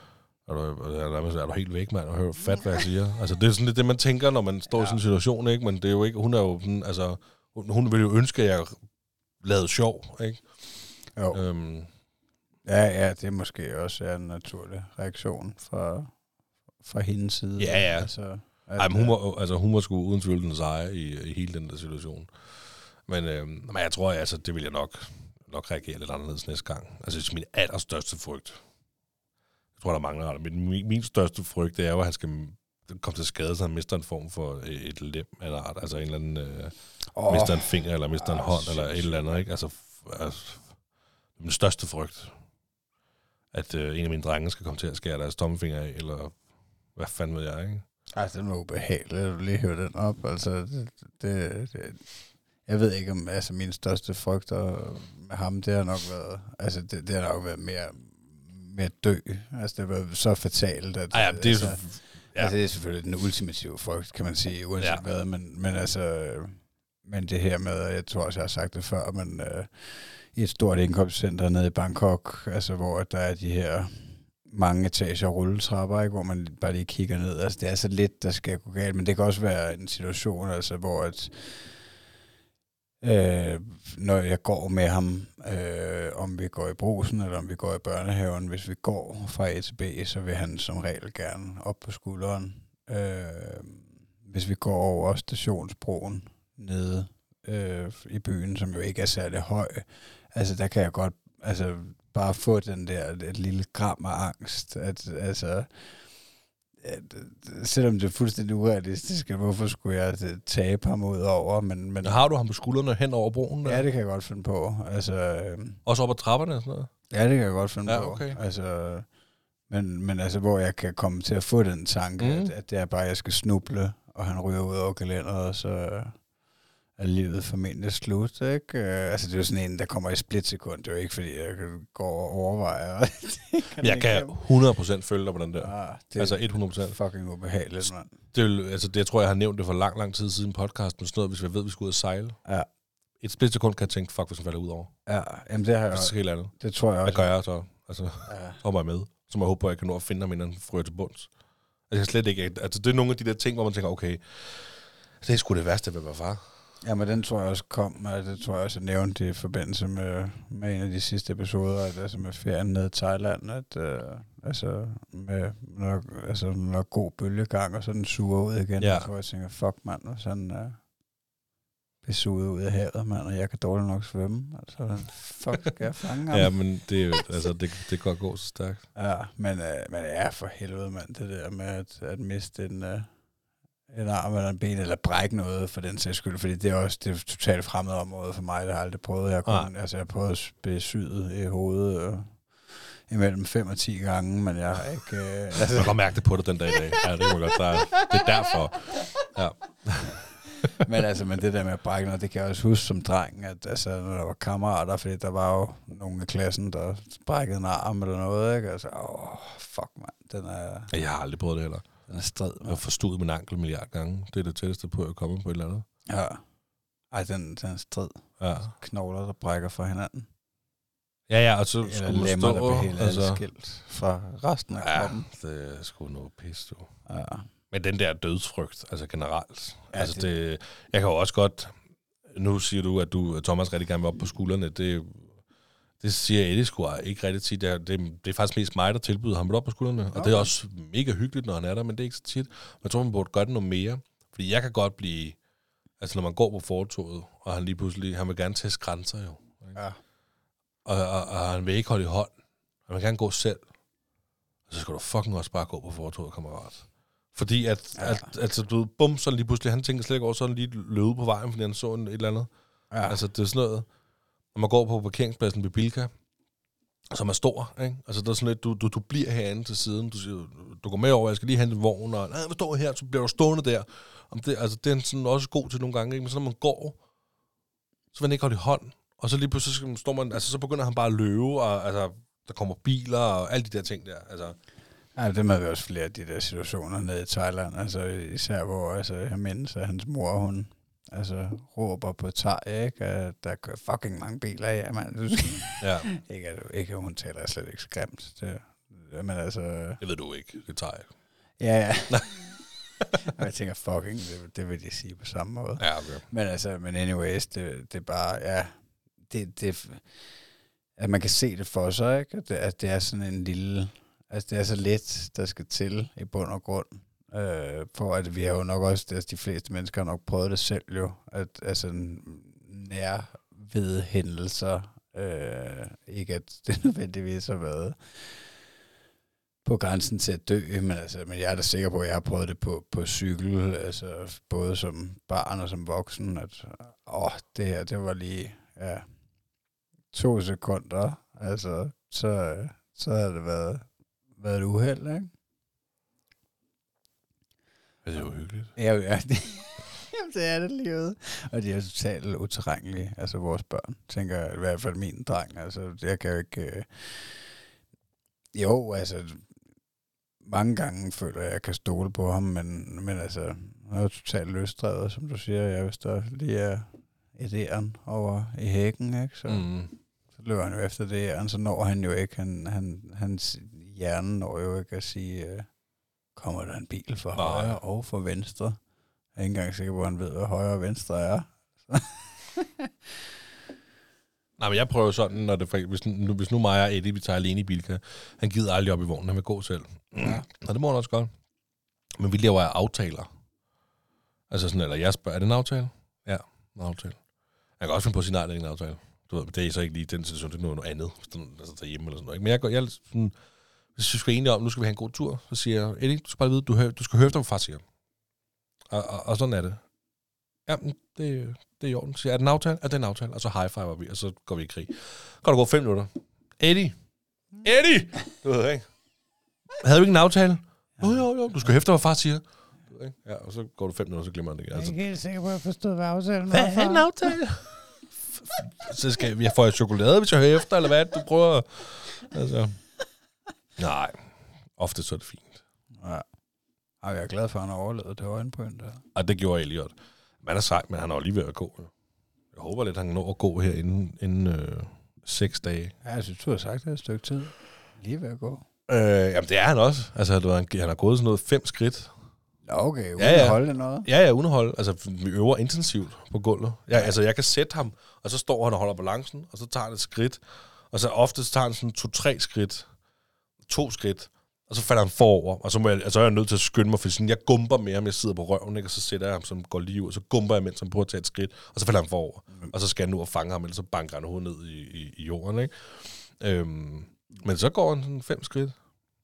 er du helt væk, mand, og hører fat, hvad jeg siger. Altså, det er sådan lidt det, man tænker, når man står i sådan en situation, ikke? Men det er jo ikke, hun er jo sådan, altså, hun ville jo ønske, at jeg lavede sjov, ikke? Jo. Ja, det er måske også en naturlig reaktion fra hendes side. Ja. Altså, hun var sgu uden tvivl den seje i hele den der situation. Men jeg tror, altså, det vil jeg nok reagere lidt anderledes næste gang. Altså, det er min allerstørste frygt. Jeg tror, der mangler det. Men min største frygt, det er jo, at han skal komme til skade, så han mister en form for et lem eller art. Altså en eller anden... mister en finger, eller mister en hånd, eller et eller andet, ikke? Altså min største frygt, at en af mine drenge skal komme til at skære deres tommelfinger af, eller hvad fanden ved jeg, ikke? Altså, det var ubehageligt, at du lige hører den op. Altså, det jeg ved ikke, om altså, min største frygter med ham, det har nok været, altså, det har nok været mere dø. Altså, det var så fatalt, at... Altså, det er selvfølgelig den ultimative frygt, kan man sige, uanset hvad, men altså... Men det her med, jeg tror også, jeg har sagt det før, men i et stort indkomstcenter nede i Bangkok, altså hvor der er de her mange etager rulletrapper, ikke, hvor man bare lige kigger ned. Altså det er så lidt, der skal gå galt, men det kan også være en situation, altså hvor at, når jeg går med ham, om vi går i Brugsen, eller om vi går i børnehaven, hvis vi går fra A til B, så vil han som regel gerne op på skulderen. Hvis vi går over stationsbroen, nede i byen, som jo ikke er særlig høj. Altså, der kan jeg godt bare få den der et lille gram af angst. Selvom det er fuldstændig urealistisk, hvorfor skulle jeg tabe ham ud over? Men har du ham på skuldrene hen over broen? Der? Ja, det kan jeg godt finde på. Altså, også op ad trapperne og sådan noget? Ja, det kan jeg godt finde på. Okay. Altså, men altså, hvor jeg kan komme til at få den tanke, at det er bare, at jeg skal snuble, og han ryger ud over gelænderet, og så er livet formentlig slut, ikke? Altså, det er jo sådan en, der kommer i splitsekund. Det er jo ikke, fordi jeg går og overvejer. Jeg kan 100% følge dig på den der. Altså 100%. Fucking ubehageligt, mand. Jeg tror, jeg har nævnt det for lang tid siden podcasten, sådan noget, hvis jeg ved, vi skal ud og sejle. Ja. Et splitsekund kan jeg tænke, fuck, hvis han falder ud over. Ja, jamen det har jeg også. Helt andet. Det tror jeg også. Hvad gør jeg så? Altså, så kommer jeg med. Så må jeg håbe på, at jeg kan nå at finde ham, inden han frøer til bunds. Altså, jeg slet ikke... Altså, det er nogle af de der ting, hvor man tænker, okay, det er sgu det værste ved at være far. Ja, men den tror jeg også kom, og det tror jeg også, jeg nævnte i forbindelse med en af de sidste episoder, at altså med ferien ned i Thailand, at altså med når god bølgegang, og så den suger ud igen, Ja. så jeg tænker, fuck mand, og sådan bliver suget ud af havet, mand, og jeg kan dårligt nok svømme, altså fuck skal jeg fange ham? Ja, men det er jo, altså, det kan godt gå så stærkt. Ja, men ja, for helvede, mand, det der med at miste en arm eller en ben, eller brække noget for den sags skyld, fordi det er også det er totalt fremmed område for mig, det har jeg aldrig prøvet. Jeg har prøvet at blive syet i hovedet imellem 5 og 10 gange, men jeg har ikke... Jeg kan godt mærke det på dig den dag i dag. Ja, det kan godt. Det er derfor. Ja. men det der med at brække noget, det kan jeg også huske som dreng, at altså, når der var kammerater, fordi der var jo nogle i klassen, der brækkede en arm eller noget, ikke? Altså, fuck mand, den er... Jeg har aldrig prøvet det heller. Den er strid. Jeg har forstuet min ankel en milliard gange. Det er det tætteste på at komme på et eller andet. Ja. Ej, den er strid. Ja. Knogler, der brækker fra hinanden. Ja, og så skulle man lemmer, stå... der bliver helt adskilt fra resten af kroppen. Det er sgu noget pis, du. Ja. Men den der dødsfrygt, altså generelt. Ja, altså jeg kan jo også godt... Nu siger du, at Thomas rigtig gerne vil op på skuldrene. Det siger Eddie sgu ikke rigtig tit. Det er faktisk mest mig, der tilbyder ham op på skuldrene. Okay. Og det er også mega hyggeligt, når han er der, men det er ikke så tit. Men jeg tror, man burde gøre det noget mere. Fordi jeg kan godt blive... Altså, når man går på fortovet, og han lige pludselig... Han vil gerne teste grænser, jo. Ikke? Ja. Og han vil ikke holde i hånd. Han vil gerne gå selv. Og så skal du fucking også bare gå på fortovet, kammerat. Fordi altså, du ved, bum, så lige pludselig... Han tænker slet ikke over, så han lige løbet på vejen, fordi han så et eller andet. Ja. Altså, det er sådan noget... Når man går på parkeringspladsen ved Bilka, som er stor, ikke? Altså, der er sådan lidt, du bliver herinde til siden, du går med over, jeg skal lige hente en vogn, og jeg står her, så bliver du stående der. Altså, det er sådan også god til nogle gange, ikke? Men så når man går, så vil han ikke holde i hånd, og så lige pludselig står man, altså, så begynder han bare at løbe, og altså, der kommer biler, og alle de der ting der, altså. Ja, det med også flere af de der situationer nede i Thailand, altså især hvor, altså, jeg mindes, at hans mor, hun altså råber på Thai, ikke? Der kører fucking mange biler af, mand. Ja. Ikke, hun taler slet ikke skræmt. Men altså... Det ved du ikke, det tager jeg. Ja. Og jeg tænker, fucking, det vil de sige på samme måde. Ja, okay. Men anyways, det er bare, ja, at man kan se det for sig, ikke? At det er sådan en lille, altså det er så let, der skal til i bund og grund. For at vi har jo nok også, altså de fleste mennesker har nok prøvet det selv jo, at altså nær ved hændelser, ikke at det nødvendigvis har været på grænsen til at dø, men jeg er da sikker på, at jeg har prøvet det på cykel, altså både som barn og som voksen, at det her, det var lige 2 sekunder, altså så havde det været et uheld, ikke? Det er jo hyggeligt. Ja, det er det livet. Og de er totalt utilregnelige, altså vores børn, tænker jeg, i hvert fald min dreng, altså jeg kan jo ikke... Jo, altså mange gange føler jeg, at jeg kan stole på ham, men altså, han er jo totalt løsdrevet, som du siger, hvis der lige er et æren over i hækken, ikke? Så løber han jo efter det æren, så når han jo ikke, hans hjerne når jo ikke at sige, kommer der en bil for højre og for venstre. Jeg er ikke engang sikker på, at han ved, hvad højre og venstre er. Nej, men jeg prøver sådan, når det, hvis nu mig og Eddie, vi tager alene i Bilka, han gider aldrig op i vognen, han vil gå selv. Ja. Og det må han også godt. Men vi laver aftaler. Altså sådan, eller jeg spørger, er det en aftale? Ja, en aftale. Jeg kan også finde på at sige nej, det er ikke en aftale. Du ved, det er så ikke lige den situation, det er noget andet, altså derhjemme eller sådan noget. Men jeg sådan, hvis vi skal være enige om, nu skal vi have en god tur, så siger jeg, Eddie, du skal bare vide, du skal høre efter, hvad far siger. Og sådan er det. Ja, det er i orden. Så er det en aftale? Ja, det er en aftale. Og så high-fiver vi, og så går vi i krig. Kan der gå 5 minutter? Eddie! Du ved ikke. Havde vi ikke en aftale? Jo. Du skal hæfte, hvad far siger. Du ved ikke? Ja, og så går du 5 minutter, så glemmer han det. Altså, jeg er ikke helt sikker på, at jeg forstod, hvad aftalen var. Hvad er en aftale? Så skal jeg få chokolade, hvis jeg hører efter, eller hvad du prøver. Altså. Nej, ofte så er det fint. Ja. Jeg er glad for, at han har overlevet det øjenbryn der. Og det gjorde Elliot. Man er sejt, men han er jo lige ved at gå. Jeg håber lidt, han kan nå at gå her inden 6 dage. Ja, jeg synes, du har sagt det et stykke tid. Lige ved at gå. Jamen, det er han også. Altså, han har gået sådan noget 5 skridt. Okay, uden at holde noget? Ja, uden at holde. Altså, vi øver intensivt på gulvet. Altså, jeg kan sætte ham, og så står han og holder balancen, og så tager han et skridt. Og så ofte tager han sådan 2-3 skridt. 2 skridt. Og så falder han forover, og så er jeg nødt til at skynde mig, for sådan, jeg gumper mere, om jeg sidder på røven, ikke? Og så sætter jeg ham, som går lige ud, og så gumper jeg, mens han prøver at tage et skridt, og så falder han forover. Og så skal jeg nu og fange ham, eller så banker han hovedet ned i jorden, ikke? Men så går han sådan 5 skridt.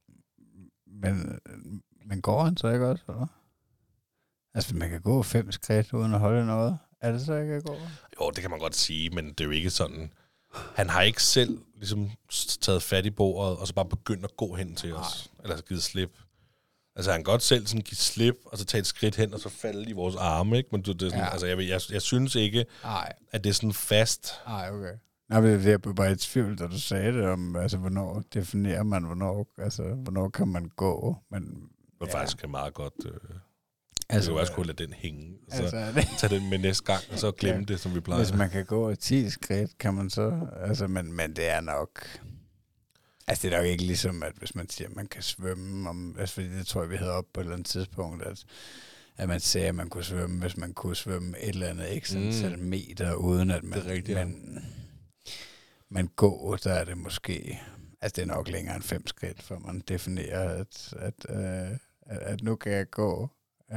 Men går han så ikke også, eller? Altså, man kan gå 5 skridt uden at holde noget. Er det så ikke at gå? Jo, det kan man godt sige, men det er jo ikke sådan... Han har ikke selv ligesom taget fat i bordet, og så bare begyndt at gå hen til os. Eller givet slip. Altså, han kan godt selv sådan give slip, og så tage et skridt hen, og så falde i vores arme, ikke? Men det er sådan, altså, jeg synes ikke, at det er sådan fast. Nej, okay. Nej, men jeg blev bare i tvivl, da du sagde det om, altså, hvornår definerer man, hvornår kan man gå? Men faktisk kan meget godt... Altså, vi kan også kunne lade den hænge, og så tage den med næste gang, og så glemme det, som vi plejer. Hvis man kan gå 10 skridt, kan man så... Altså, men det er nok... Altså, det er nok ikke ligesom, at hvis man siger, at man kan svømme... Altså, fordi det tror jeg, vi havde op på et eller andet tidspunkt, at man sagde, at man kunne svømme, hvis man kunne svømme et eller andet antal meter, uden at man... Det er rigtigt, man går, der er det måske... Altså, det er nok længere end 5 skridt, for man definerer, at nu kan jeg gå...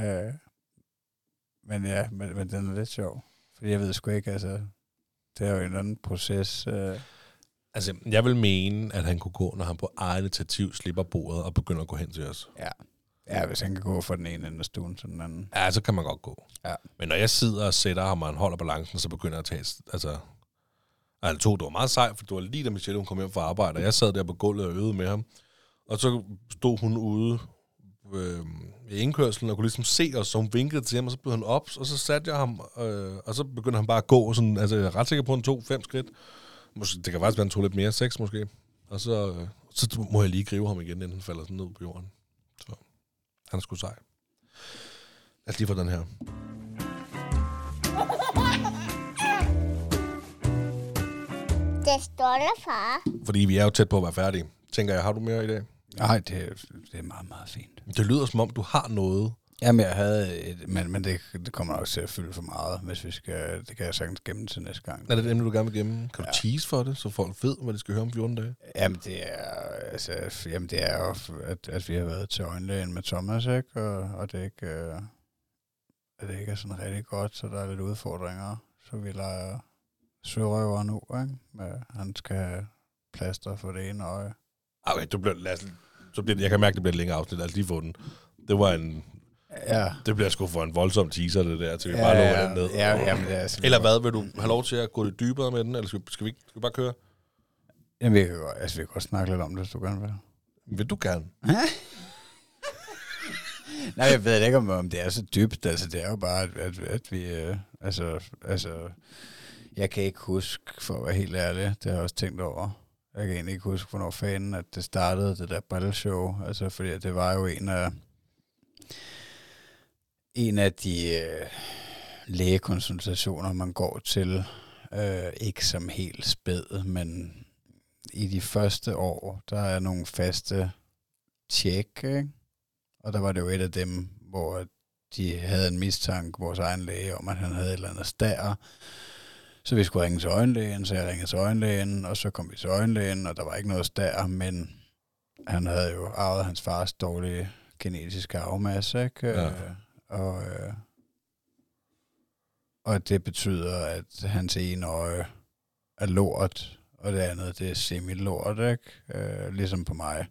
Men den er lidt sjov. Fordi jeg ved sgu ikke, altså, det er jo en eller anden proces. Altså, jeg vil mene, at han kunne gå, når han på eget initiativ slipper bordet og begynder at gå hen til os. Ja, hvis han kan gå fra den ene ende af stuen til den anden. Ja, så kan man godt gå. Ja. Men når jeg sidder og sætter ham, og han holder balancen, så begynder jeg at tage... Altså, det var meget sejt, for det var lige da Michelle, hun kom hjem fra arbejde, og jeg sad der på gulvet og øvede med ham. Og så stod hun ude i indkørslen og kunne ligesom se os, så hun vinkede til ham, og så blev han op, og så satte jeg ham, og så begyndte han bare at gå, sådan, altså jeg er ret sikker på, en 2-5 skridt. Måske, det kan faktisk være, han tog lidt mere, 6 måske. Og så må jeg lige gribe ham igen, inden han falder sådan ned på jorden. Så han er sgu sej. Lad os lige få den her. Det står der, far. Fordi vi er jo tæt på at være færdige. Tænker jeg, har du mere i dag? Nej, det er meget, meget fint. Det lyder som om, du har noget. Jamen, jeg havde men det kommer også til at fylde for meget, hvis vi skal... Det kan jeg sagtens gemme til næste gang. Er det det emne, du gerne vil gemme? Kan du tease for det, så folk ved, hvad de skal høre om 14 dage? Jamen, det er jo, at vi har været til øjenlægen med Thomas, ikke? Og det ikke, at det ikke er sådan rigtig godt, så der er lidt udfordringer. Så vi leger sørøver nu, ikke? Han skal have plaster for det ene øje. Okay, jeg kan mærke, at det bliver et længere afsnit. Lad os lige få den. Det var en... Ja. Det bliver sgu for en voldsom teaser, det der, til vi bare lukker den ned. Jamen, det er eller hvad, vil du have lov til at gå lidt dybere med den, eller skal vi bare køre? Jamen, vi kan godt snakke lidt om det, hvis du gerne vil. Vil du gerne? Nej, jeg ved ikke, om det er så dybt. Altså, det er jo bare, at vi... Altså, jeg kan ikke huske, for at være helt ærlig, det har jeg også tænkt over. Jeg kan egentlig ikke huske, hvornår fanden, at det startede, det der brilleshow. Altså, fordi det var jo en af de lægekonsultationer, man går til. Ikke som helt spæd, men i de første år, der er nogle faste tjek, ikke? Og der var det jo et af dem, hvor de havde en mistanke, vores egen læge, om at han havde et eller andet stær. Så vi skulle ringe til øjenlægen, så jeg ringede til øjenlægen, og så kom vi til øjenlægen, og der var ikke noget stær, men han havde jo arvet hans fars dårlige genetiske arvemasse, ikke? Ja. Og det betyder, at hans ene øje er lort, og det andet, det er semi-lort, ikke? Ligesom på mig.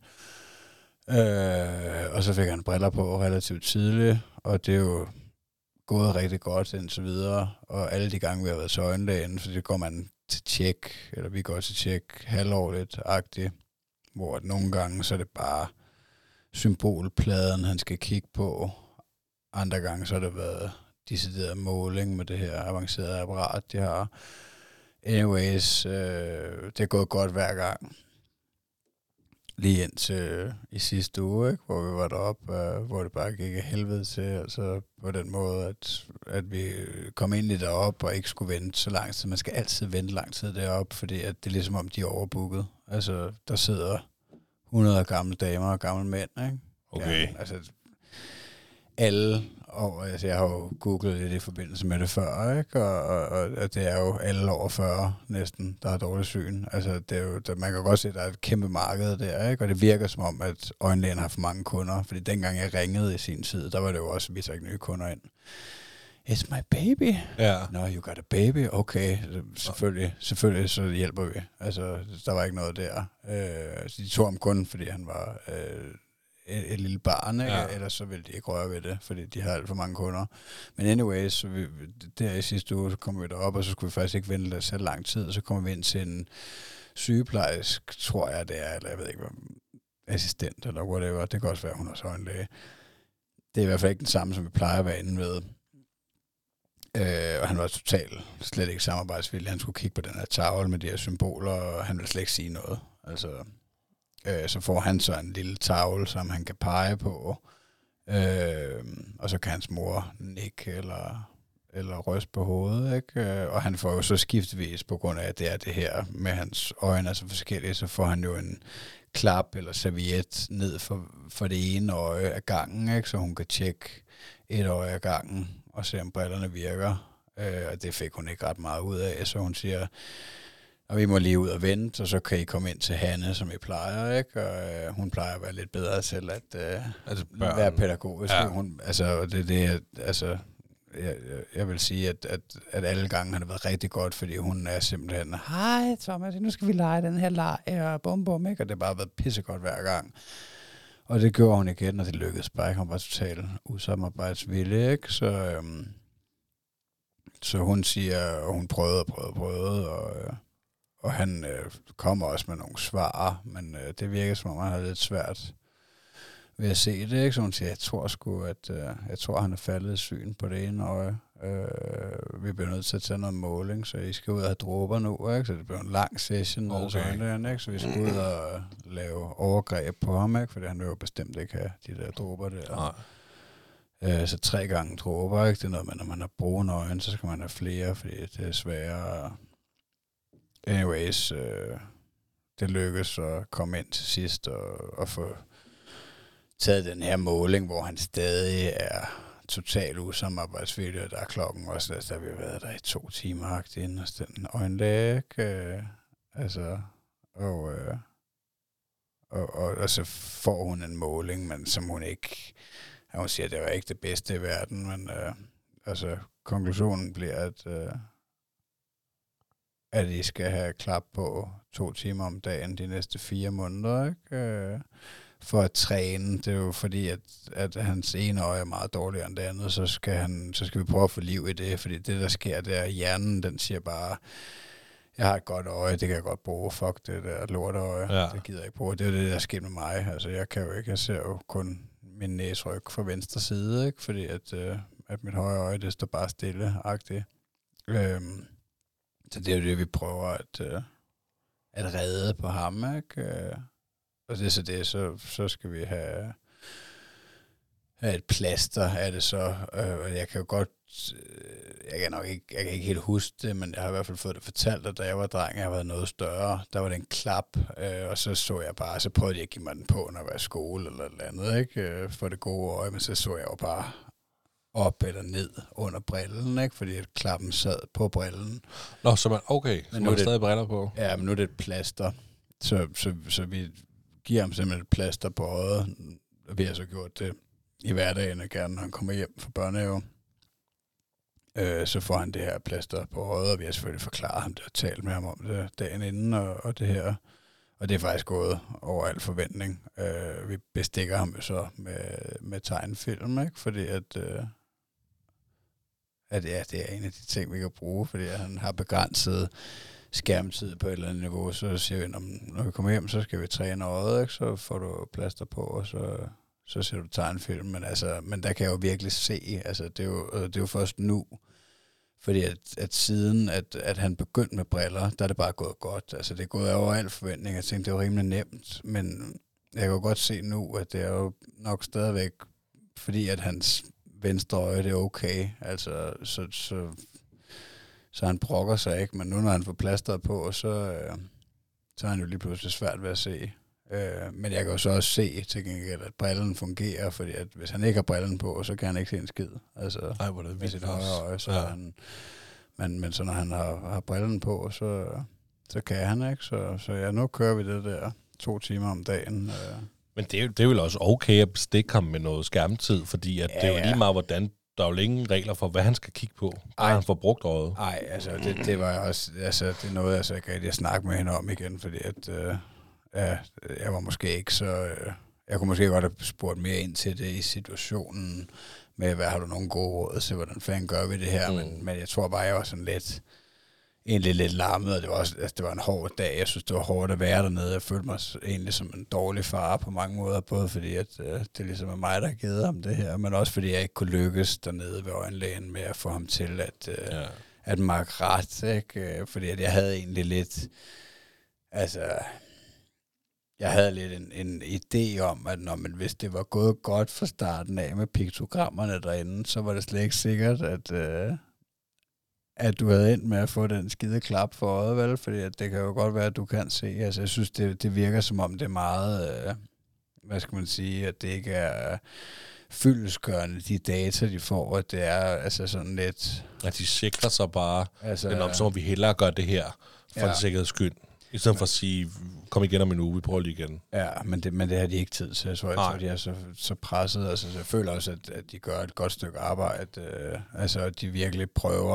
Og så fik han briller på relativt tidligt, og det er jo gået rigtig godt indtil videre, og alle de gange, vi har været til øjenlægen, så det går man til tjek, eller vi går til tjek halvårligt-agtigt, hvor nogle gange, så er det bare symbolpladen, han skal kigge på. Andre gange, så har det været decideret måling med det her avancerede apparat, de har. Anyways, det er gået godt hver gang. Lige indtil i sidste uge, ikke? Hvor vi var deroppe, hvor det bare gik af helvede til, altså på den måde, at vi kom ind i deroppe og ikke skulle vente så lang tid. Man skal altid vente lang tid deroppe, fordi at det er ligesom om, de er overbooket. Altså, der sidder 100 gamle damer og gamle mænd, ikke? Okay. Ja, altså, alle, og altså, jeg har jo googlet lidt i forbindelse med det før, ikke? Og det er jo alle over 40 næsten, der har dårligt syn. Altså, det er jo, man kan godt se, at der er et kæmpe marked der, ikke? Og det virker som om, at øjenlægen har for mange kunder, fordi dengang jeg ringede i sin tid, der var det jo også, vi ikke nye kunder ind. It's my baby. Ja. No, you got a baby. Okay, selvfølgelig så hjælper vi. Altså, der var ikke noget der. De tog ham kun, fordi han var et lille barn, ikke? Ja. Ellers så ville de ikke røre ved det, fordi de har alt for mange kunder. Men anyways, så der i sidste uge, så kom vi derop, og så skulle vi faktisk ikke vente det så lang tid. Så kommer vi ind til en sygeplejersk, tror jeg det er, eller jeg ved ikke, assistent eller whatever. Det kan også være, hun er så en læge. Det er i hvert fald ikke den samme, som vi plejer at være inde ved. Og han var totalt slet ikke samarbejdsvillig. Han skulle kigge på den her tavle med de her symboler, og han ville slet ikke sige noget. Altså, så får han så en lille tavle, som han kan pege på, og så kan hans mor nikke eller ryste på hovedet, ikke? Og han får jo så skiftevis, på grund af, at det er det her med hans øjne, altså forskellige, så får han jo en klap eller serviet ned for det ene øje af gangen, ikke? Så hun kan tjekke et øje af gangen og se, om brillerne virker. Og det fik hun ikke ret meget ud af, så hun siger, og vi må lige ud og vente, og så kan I komme ind til Hanne, som I plejer, ikke? Og hun plejer at være lidt bedre til at være pædagogisk. Ja. Hun, altså, jeg vil sige, at alle gange har det været rigtig godt, fordi hun er simpelthen, hej Thomas, nu skal vi lege den her leg, og bum, ikke? Og det har bare været pissegodt hver gang. Og det gjorde hun igen, og det lykkedes bare ikke. Hun var totalt usamarbejdsvillig, ikke? Så hun siger, og hun prøvede, og han kommer også med nogle svar, men det virker som om, han har lidt svært ved at se det, ikke? Så hun siger, jeg tror, han er faldet i syn på det ene øje. Vi bliver nødt til at tage noget måling, så I skal ud og have dråber nu, ikke? Så det bliver en lang session, okay. Og sådan der, ikke? Så vi skal ud og lave overgreb på ham, ikke? Fordi han vil jo bestemt ikke have de der dråber der. Så 3 gange dråber, ikke? Det er noget med, når man har brune øjne, så skal man have flere, fordi det er sværere. Anyways, det lykkes at komme ind til sidst og få taget den her måling, hvor han stadig er totalt usamarbejdsvillig, og der er klokken også, altså, der vi har været der i 2 timer inden hos den øjenlæge, ikke? Og så får hun en måling, men som hun ikke, hun siger, det var ikke det bedste i verden, men konklusionen bliver, at I skal have klap på 2 timer om dagen de næste 4 måneder, ikke? For at træne. Det er jo fordi, at hans ene øje er meget dårligere end det andet, så skal vi prøve at få liv i det, fordi det, der sker, det er, hjernen, den siger bare, jeg har et godt øje, det kan jeg godt bruge, fuck det der lorteøje, det gider jeg ikke bruge. Det er det, der er sket med mig. Altså, jeg ser jo kun min næseryg fra venstre side, ikke? Fordi at mit højre øje, det står bare stille-agtigt. Så det er jo det, vi prøver at redde på ham, ikke? Og det er så det, så skal vi have et plaster af det så. Og jeg kan jo godt, jeg kan ikke helt huske det, men jeg har i hvert fald fået det fortalt, at da jeg var dreng, jeg har været noget større, der var det en klap, og så jeg bare, så prøvede jeg at give mig den på, når jeg var i skole eller et andet, ikke? For det gode øje, men så jeg jo bare op eller ned under brillen, ikke? Fordi at klappen sad på brillen. Nå, så man, okay, så man stadig briller på. Ja, men nu er det et plaster, så vi giver ham simpelthen et plaster på øjet. Vi har så gjort det i hverdagen, og gerne når han kommer hjem fra børnehave. Så får han det her plaster på øjet, og vi har selvfølgelig forklaret ham det og talt med ham om det dagen inden, og det her. Og det er faktisk gået over al forventning. Vi bestikker ham så med tegnefilm, ikke? Fordi at det er en af de ting, vi kan bruge, fordi han har begrænset skærmtid på et eller andet niveau, så siger vi, når vi kommer hjem, så skal vi træne øjet, ikke? Så får du plaster på, og så ser du tegnefilm. Men der kan jeg jo virkelig se, altså det er jo først nu, fordi at siden, at han begyndte med briller, der er det bare gået godt. Altså det er gået over al forventning. Jeg tænkte, det var rimelig nemt, men jeg kan jo godt se nu, at det er jo nok stadigvæk, fordi at hans venstre øje, det er okay. Altså, så han brokker sig ikke, men nu når han får plasteret på, så er han jo lige pludselig svært ved at se. Men jeg kan jo så også se til gengæld, at brillen fungerer, fordi at hvis han ikke har brillen på, så kan han ikke se en skid. Altså, hvor er det med sit vildt højre øje, så ja. han... Men så når han har brillen på, så kan han ikke. Så ja, nu kører vi det der 2 timer om dagen. Men det er jo også okay at bestikke ham med noget skærmtid, fordi at det er jo lige meget, hvordan der er jo ingen regler for, hvad han skal kigge på. Bare han får brugt øjet. Nej, altså det var også, altså det er noget, altså jeg kan ikke snakke med hende om igen, fordi at jeg var måske ikke så, jeg kunne måske godt have spurgt mere ind til det i situationen, med hvad har du nogle gode råd til, hvordan fanden gør vi det her, men jeg tror bare, jeg var sådan egentlig lidt larmet, og det var også, altså det var en hård dag. Jeg synes, det var hårdt at være dernede. Jeg følte mig egentlig som en dårlig far på mange måder, både fordi, at det ligesom er mig, der har givet ham det her, men også fordi, jeg ikke kunne lykkes dernede ved øjenlægen med at få ham til at makke ret, ikke? Fordi at jeg havde egentlig lidt, altså, jeg havde lidt en idé om, at hvis det var gået godt fra starten af med piktogrammerne derinde, så var det slet ikke sikkert, at du havde endt med at få den skide klap for øjet, vel? Fordi at det kan jo godt være, at du kan se. Altså, jeg synes, det virker som om, det er meget, hvad skal man sige, at det ikke er fyldestgørende, de data, de får, at det er altså sådan lidt... At de sikrer sig bare, altså, så må vi hellere gøre det her, for en sikkerheds skyld. I stedet for at sige, kom igen om en uge, vi prøver lige igen. Ja, men det har de ikke tid til. Jeg tror, de er så presset. Altså, jeg føler også, at de gør et godt stykke arbejde. Altså, at de virkelig prøver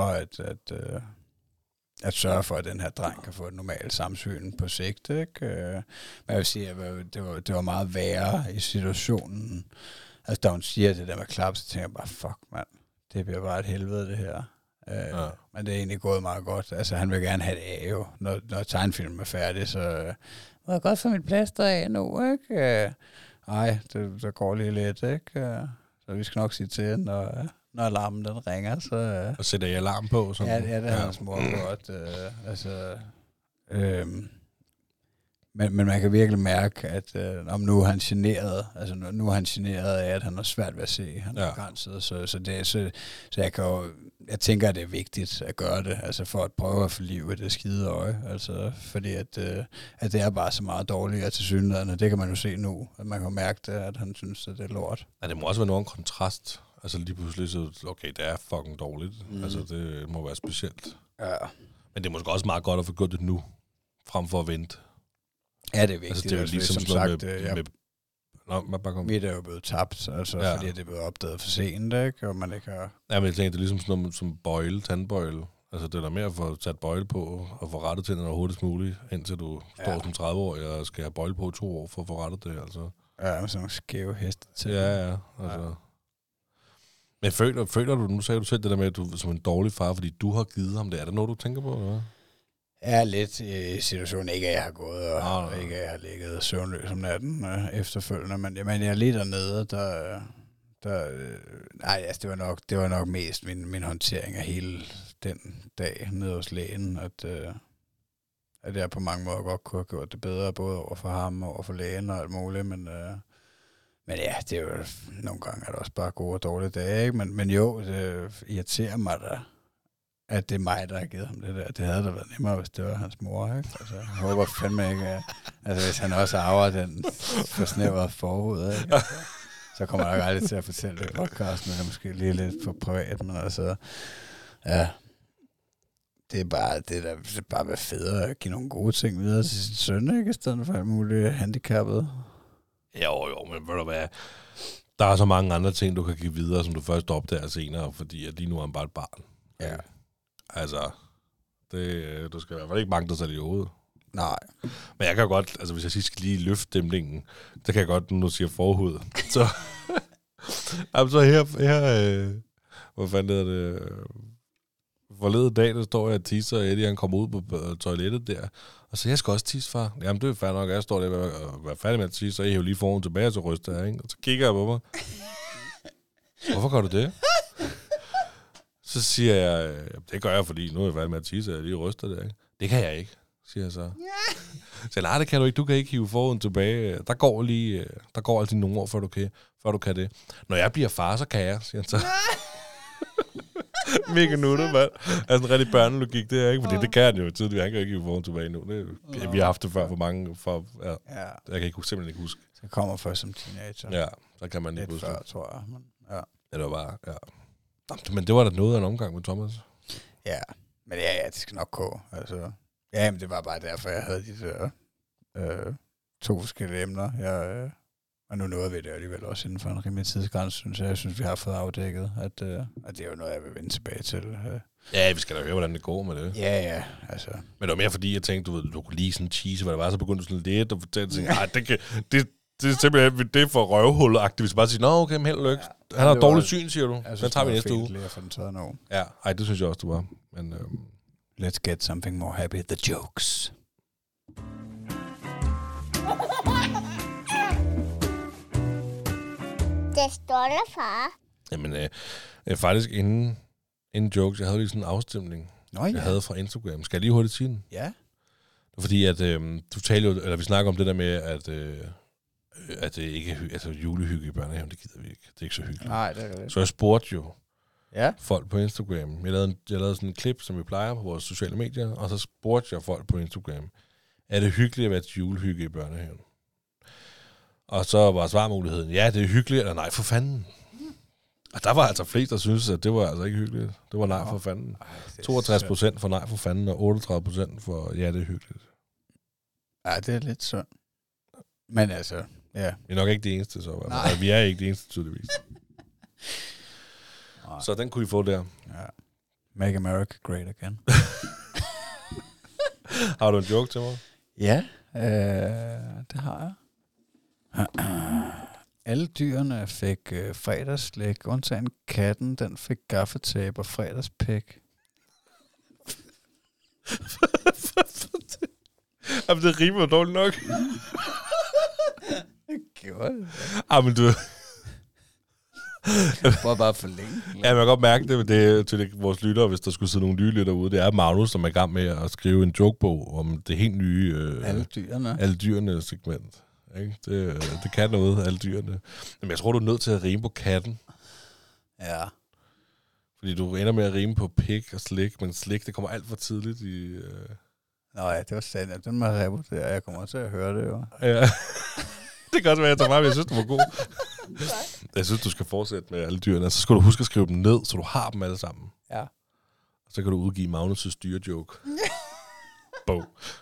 at sørge for, at den her dreng kan få et normalt samsyn på sigt. Ikke? Men jeg vil sige, at det var meget værre i situationen. Altså, da hun siger det der med klap, så tænker jeg bare, fuck mand, det bliver bare et helvede det her. Men det er egentlig gået meget godt. Altså, han vil gerne have det af jo. Når tegnefilmen er færdig, så må jeg godt få mit plaster af nu, ikke? Nej, der går lige lidt, ikke? Så vi skal nok sige til, når alarmen den ringer, så... Og sætter I alarm på? Ja, det har hans mor godt. Men man kan virkelig mærke, at om nu er han generet, altså nu er han generet af, at han har svært ved at se, han er begrænset, så jeg tænker, at det er vigtigt at gøre det, altså for at prøve at forlive det skide øje, altså fordi at det er bare så meget dårligere til synligheden, det kan man jo se nu, at man kan mærke det, at han synes, at det er lort. Ja, det må også være nogen kontrast, altså lige pludselig så, okay, det er fucking dårligt, altså det må være specielt. Ja. Men det er måske også meget godt at få gjort det nu, frem for at vente. Ja, det er vigtigt. Altså, det er jo ligesom som sagt, mit er jo blevet tabt, altså fordi det er blevet opdaget for sent, ikke? Og man ikke har... Ja, men jeg tænker, det er ligesom sådan noget som bøjle, tandbøjle. Altså, det er der mere at få sat bøjle på og få rettet tænderne hurtigst muligt, indtil du står som 30-årig og skal have bøjle på 2 år for at få rettet det, altså. Ja, med sådan nogle skæve heste til. Ja, altså. Ja. Men føler du, nu sagde du selv det der med, at du som en dårlig far, fordi du har givet ham det. Er det noget, du tænker på, eller hvad? Ja, lidt i situationen. Ikke at jeg har gået, og ikke at jeg har ligget søvnløs om natten efterfølgende, men jeg er lige dernede, nej, altså det var nok mest min håndtering af hele den dag nede hos lægen, at jeg på mange måder godt kunne have gjort det bedre, både over for ham og over for lægen og alt muligt, men ja, det er jo nogle gange er det også bare gode og dårlige dage, ikke? Men jo, det irriterer mig da, at det er mig, der har givet ham det der. Det havde da været nemmere, hvis det var hans mor, ikke? Altså, jeg håber fandme ikke, altså hvis han også arver den forsnævrede forhud, ikke? Altså, så kommer jeg nok aldrig til at fortælle det i podcasten, eller måske lige lidt for privat, men altså, ja, det er bare være federe at give nogle gode ting videre til sin søn, ikke? I stedet for alt muligt handicappet. Jo, men ved du hvad, der er så mange andre ting, du kan give videre, som du først opdager senere, fordi at lige nu er han bare et barn. Ja. Altså, du skal i hvert fald ikke mangle sig det i hovedet. Nej. Men jeg kan godt, altså hvis jeg skal lige løfte dæmningen, så kan jeg godt, nu siger forhud. Så, så her hvor fanden hedder det, forleden dag, der står jeg og tisser, og Eddie, han kommer ud på toilettet der, og så jeg skal også tisse, far. Jamen, det er fair nok, jeg står der og være færdig med at tisse, så jeg jo lige foran tilbage, så ryster jeg, ikke? Og så kigger jeg på mig. Hvorfor gør du det? Så siger jeg, det gør jeg, fordi nu er jeg færdig med at tisse, og jeg lige ryster det, ikke? Det kan jeg ikke, siger jeg så. Så nej, det kan du ikke. Du kan ikke hive foran tilbage. Der går altid nogle år, før du kan det. Når jeg bliver far, så kan jeg, siger han så. Mega nuttet, mand. Altså en rigtig børnelogik, det er ikke, fordi det kan han jo tidligere. Han kan ikke få tilbage nu. Vi har haft det før for mange. Jeg kan simpelthen ikke huske. Så kommer først som teenager. Ja, så kan man ikke huske. Lidt før, tror jeg. Men, ja. Det var bare, ja. Men det var da noget af en omgang med Thomas. Ja, men ja, det skal nok gå. Altså, ja, men det var bare derfor, jeg havde de der 2 forskellige emner. Og nu nåede vi det alligevel også inden for en rimelig tidsgrænse, synes jeg. Jeg synes, vi har fået afdækket, at det er jo noget, jeg vil vende tilbage til. Ja, vi skal da høre, hvordan det går med det. Ja, altså. Men det var mere fordi, jeg tænkte, du kunne lide sådan en cheese, hvor det var, så begyndte du sådan lidt og fortælle, det er simpelthen det er for røvhullet-agtigt. Hvis du bare siger, nå okay, men held og lykke. Ja, han har dårligt syn, siger du. Den tager vi næste uge. Ja, det synes jeg også, det var. Men, let's get something more happy. The jokes. Det stolte far. Jamen, faktisk inden jokes, jeg havde lige sådan en afstemning, jeg havde fra Instagram. Skal jeg lige hurtigt sige den? Ja. Det var fordi, at du taler jo, eller vi snakker om det der med, at det ikke er altså julehygge i børnehaven, det gider vi ikke. Det er ikke så hyggeligt. Nej, det er det. Så jeg spurgte jo folk på Instagram. Jeg lavede sådan en klip, som vi plejer på vores sociale medier, og så spurgte jeg folk på Instagram, er det hyggeligt at være til julehygge i børnehaven? Og så var svarmuligheden, ja, det er hyggeligt, eller nej, for fanden. Og der var altså flest, der synes, at det var altså ikke hyggeligt. Det var nej for fanden. 62% for nej for fanden, og 38% for ja, det er hyggeligt. Ja, det er lidt synd. Men altså, ja. Vi er nok ikke det eneste, så. Altså, vi er ikke det eneste, tydeligvis. Så den kunne I få der. Ja. Make America Great Again. Har du en joke til mig? Ja, det har jeg. Alle dyrene fik fredagsslik, undtagen katten, den fik gaffetape og fredagspæk. Jamen, det rimer dårligt nok. Det gjorde det. Jamen, du... Prøv bare for længe. Ja, man kan godt mærke det, men det er til vores lyttere, hvis der skulle sidde nogle nye lytter ude. Det er Magnus, som er i gang med at skrive en jokebog om det helt nye... Alle dyrene segment. Ikke? Det kan noget, alle dyrene. Men jeg tror, du er nødt til at rime på katten. Ja. Fordi du ender med at rime på pik og slik, men slik, det kommer alt for tidligt i... Nå ja, det var sandt. Den må jeg revurdere. Jeg kommer til at høre det, jo. Ja. Det kan også være, jeg tager meget, men jeg synes, du var god. Jeg synes, du skal fortsætte med alle dyrene. Så skal du huske at skrive dem ned, så du har dem alle sammen. Ja. Og så kan du udgive Magnus' dyrejoke. Bog.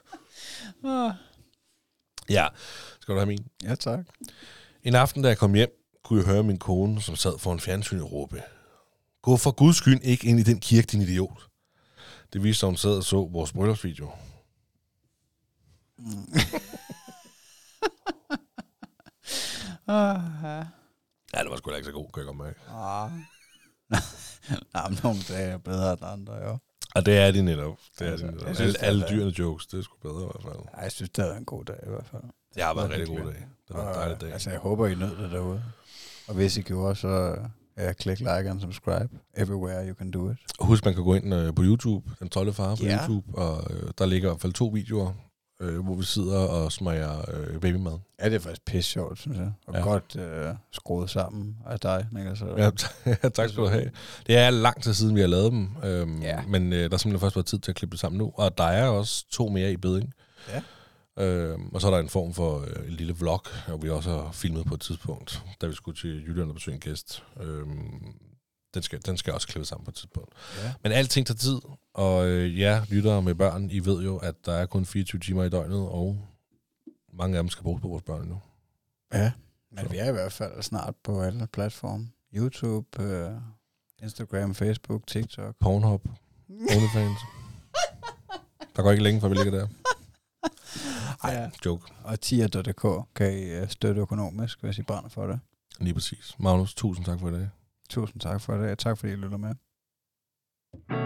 Ja, skal du have min? Ja, tak. En aften, da jeg kom hjem, kunne jeg høre min kone, som sad foran fjernsynet, råbe: gå for Guds skyld ikke ind i den kirke, din idiot. Det viste sig, hun sad og så vores bryllupsvideo. Ja, det var sgu da ikke så god, kan jeg godt mærke. Nej, men nogle dage er bedre end andre, jo. Og det er de netop. Alle dyrene jokes, det er sgu bedre i hvert fald. Ja, jeg synes, det har været en god dag i hvert fald. Det har været en rigtig god dag. Det var en dejlig dag. Altså, jeg håber, I nød det derude. Og hvis I gjorde, så klik like and subscribe. Everywhere you can do it. Husk, man kan gå ind på YouTube, Den 12. far på YouTube, og der ligger i hvert fald 2 videoer, hvor vi sidder og smager babymad. Ja, det er faktisk pisse sjovt, synes jeg. Og godt skruet sammen af dig, Niklas. Ja, tak skal du have. Det er lang tid siden, vi har lavet dem, men der er simpelthen først været tid til at klippe det sammen nu. Og der er også 2 mere i beding. Ja. Og så er der en form for en lille vlog, og vi også har filmet på et tidspunkt, da vi skulle til Jylland og besøge en gæst. Den skal også klippe sammen på et tidspunkt. Ja. Men alting tager tid, og lyttere med børn, I ved jo, at der er kun 24 timer i døgnet, og mange af dem skal bruges på vores børn nu. Ja, men vi er i hvert fald snart på alle platforme. YouTube, Instagram, Facebook, TikTok. Pornhub, OnlyFans. Der går ikke længe, før vi ligger der. Ej, joke. Og tier.dk kan I støtte økonomisk, hvis I brænder for det. Lige præcis. Magnus, tusind tak for i dag. Tusind tak for det, og tak fordi I lytter med.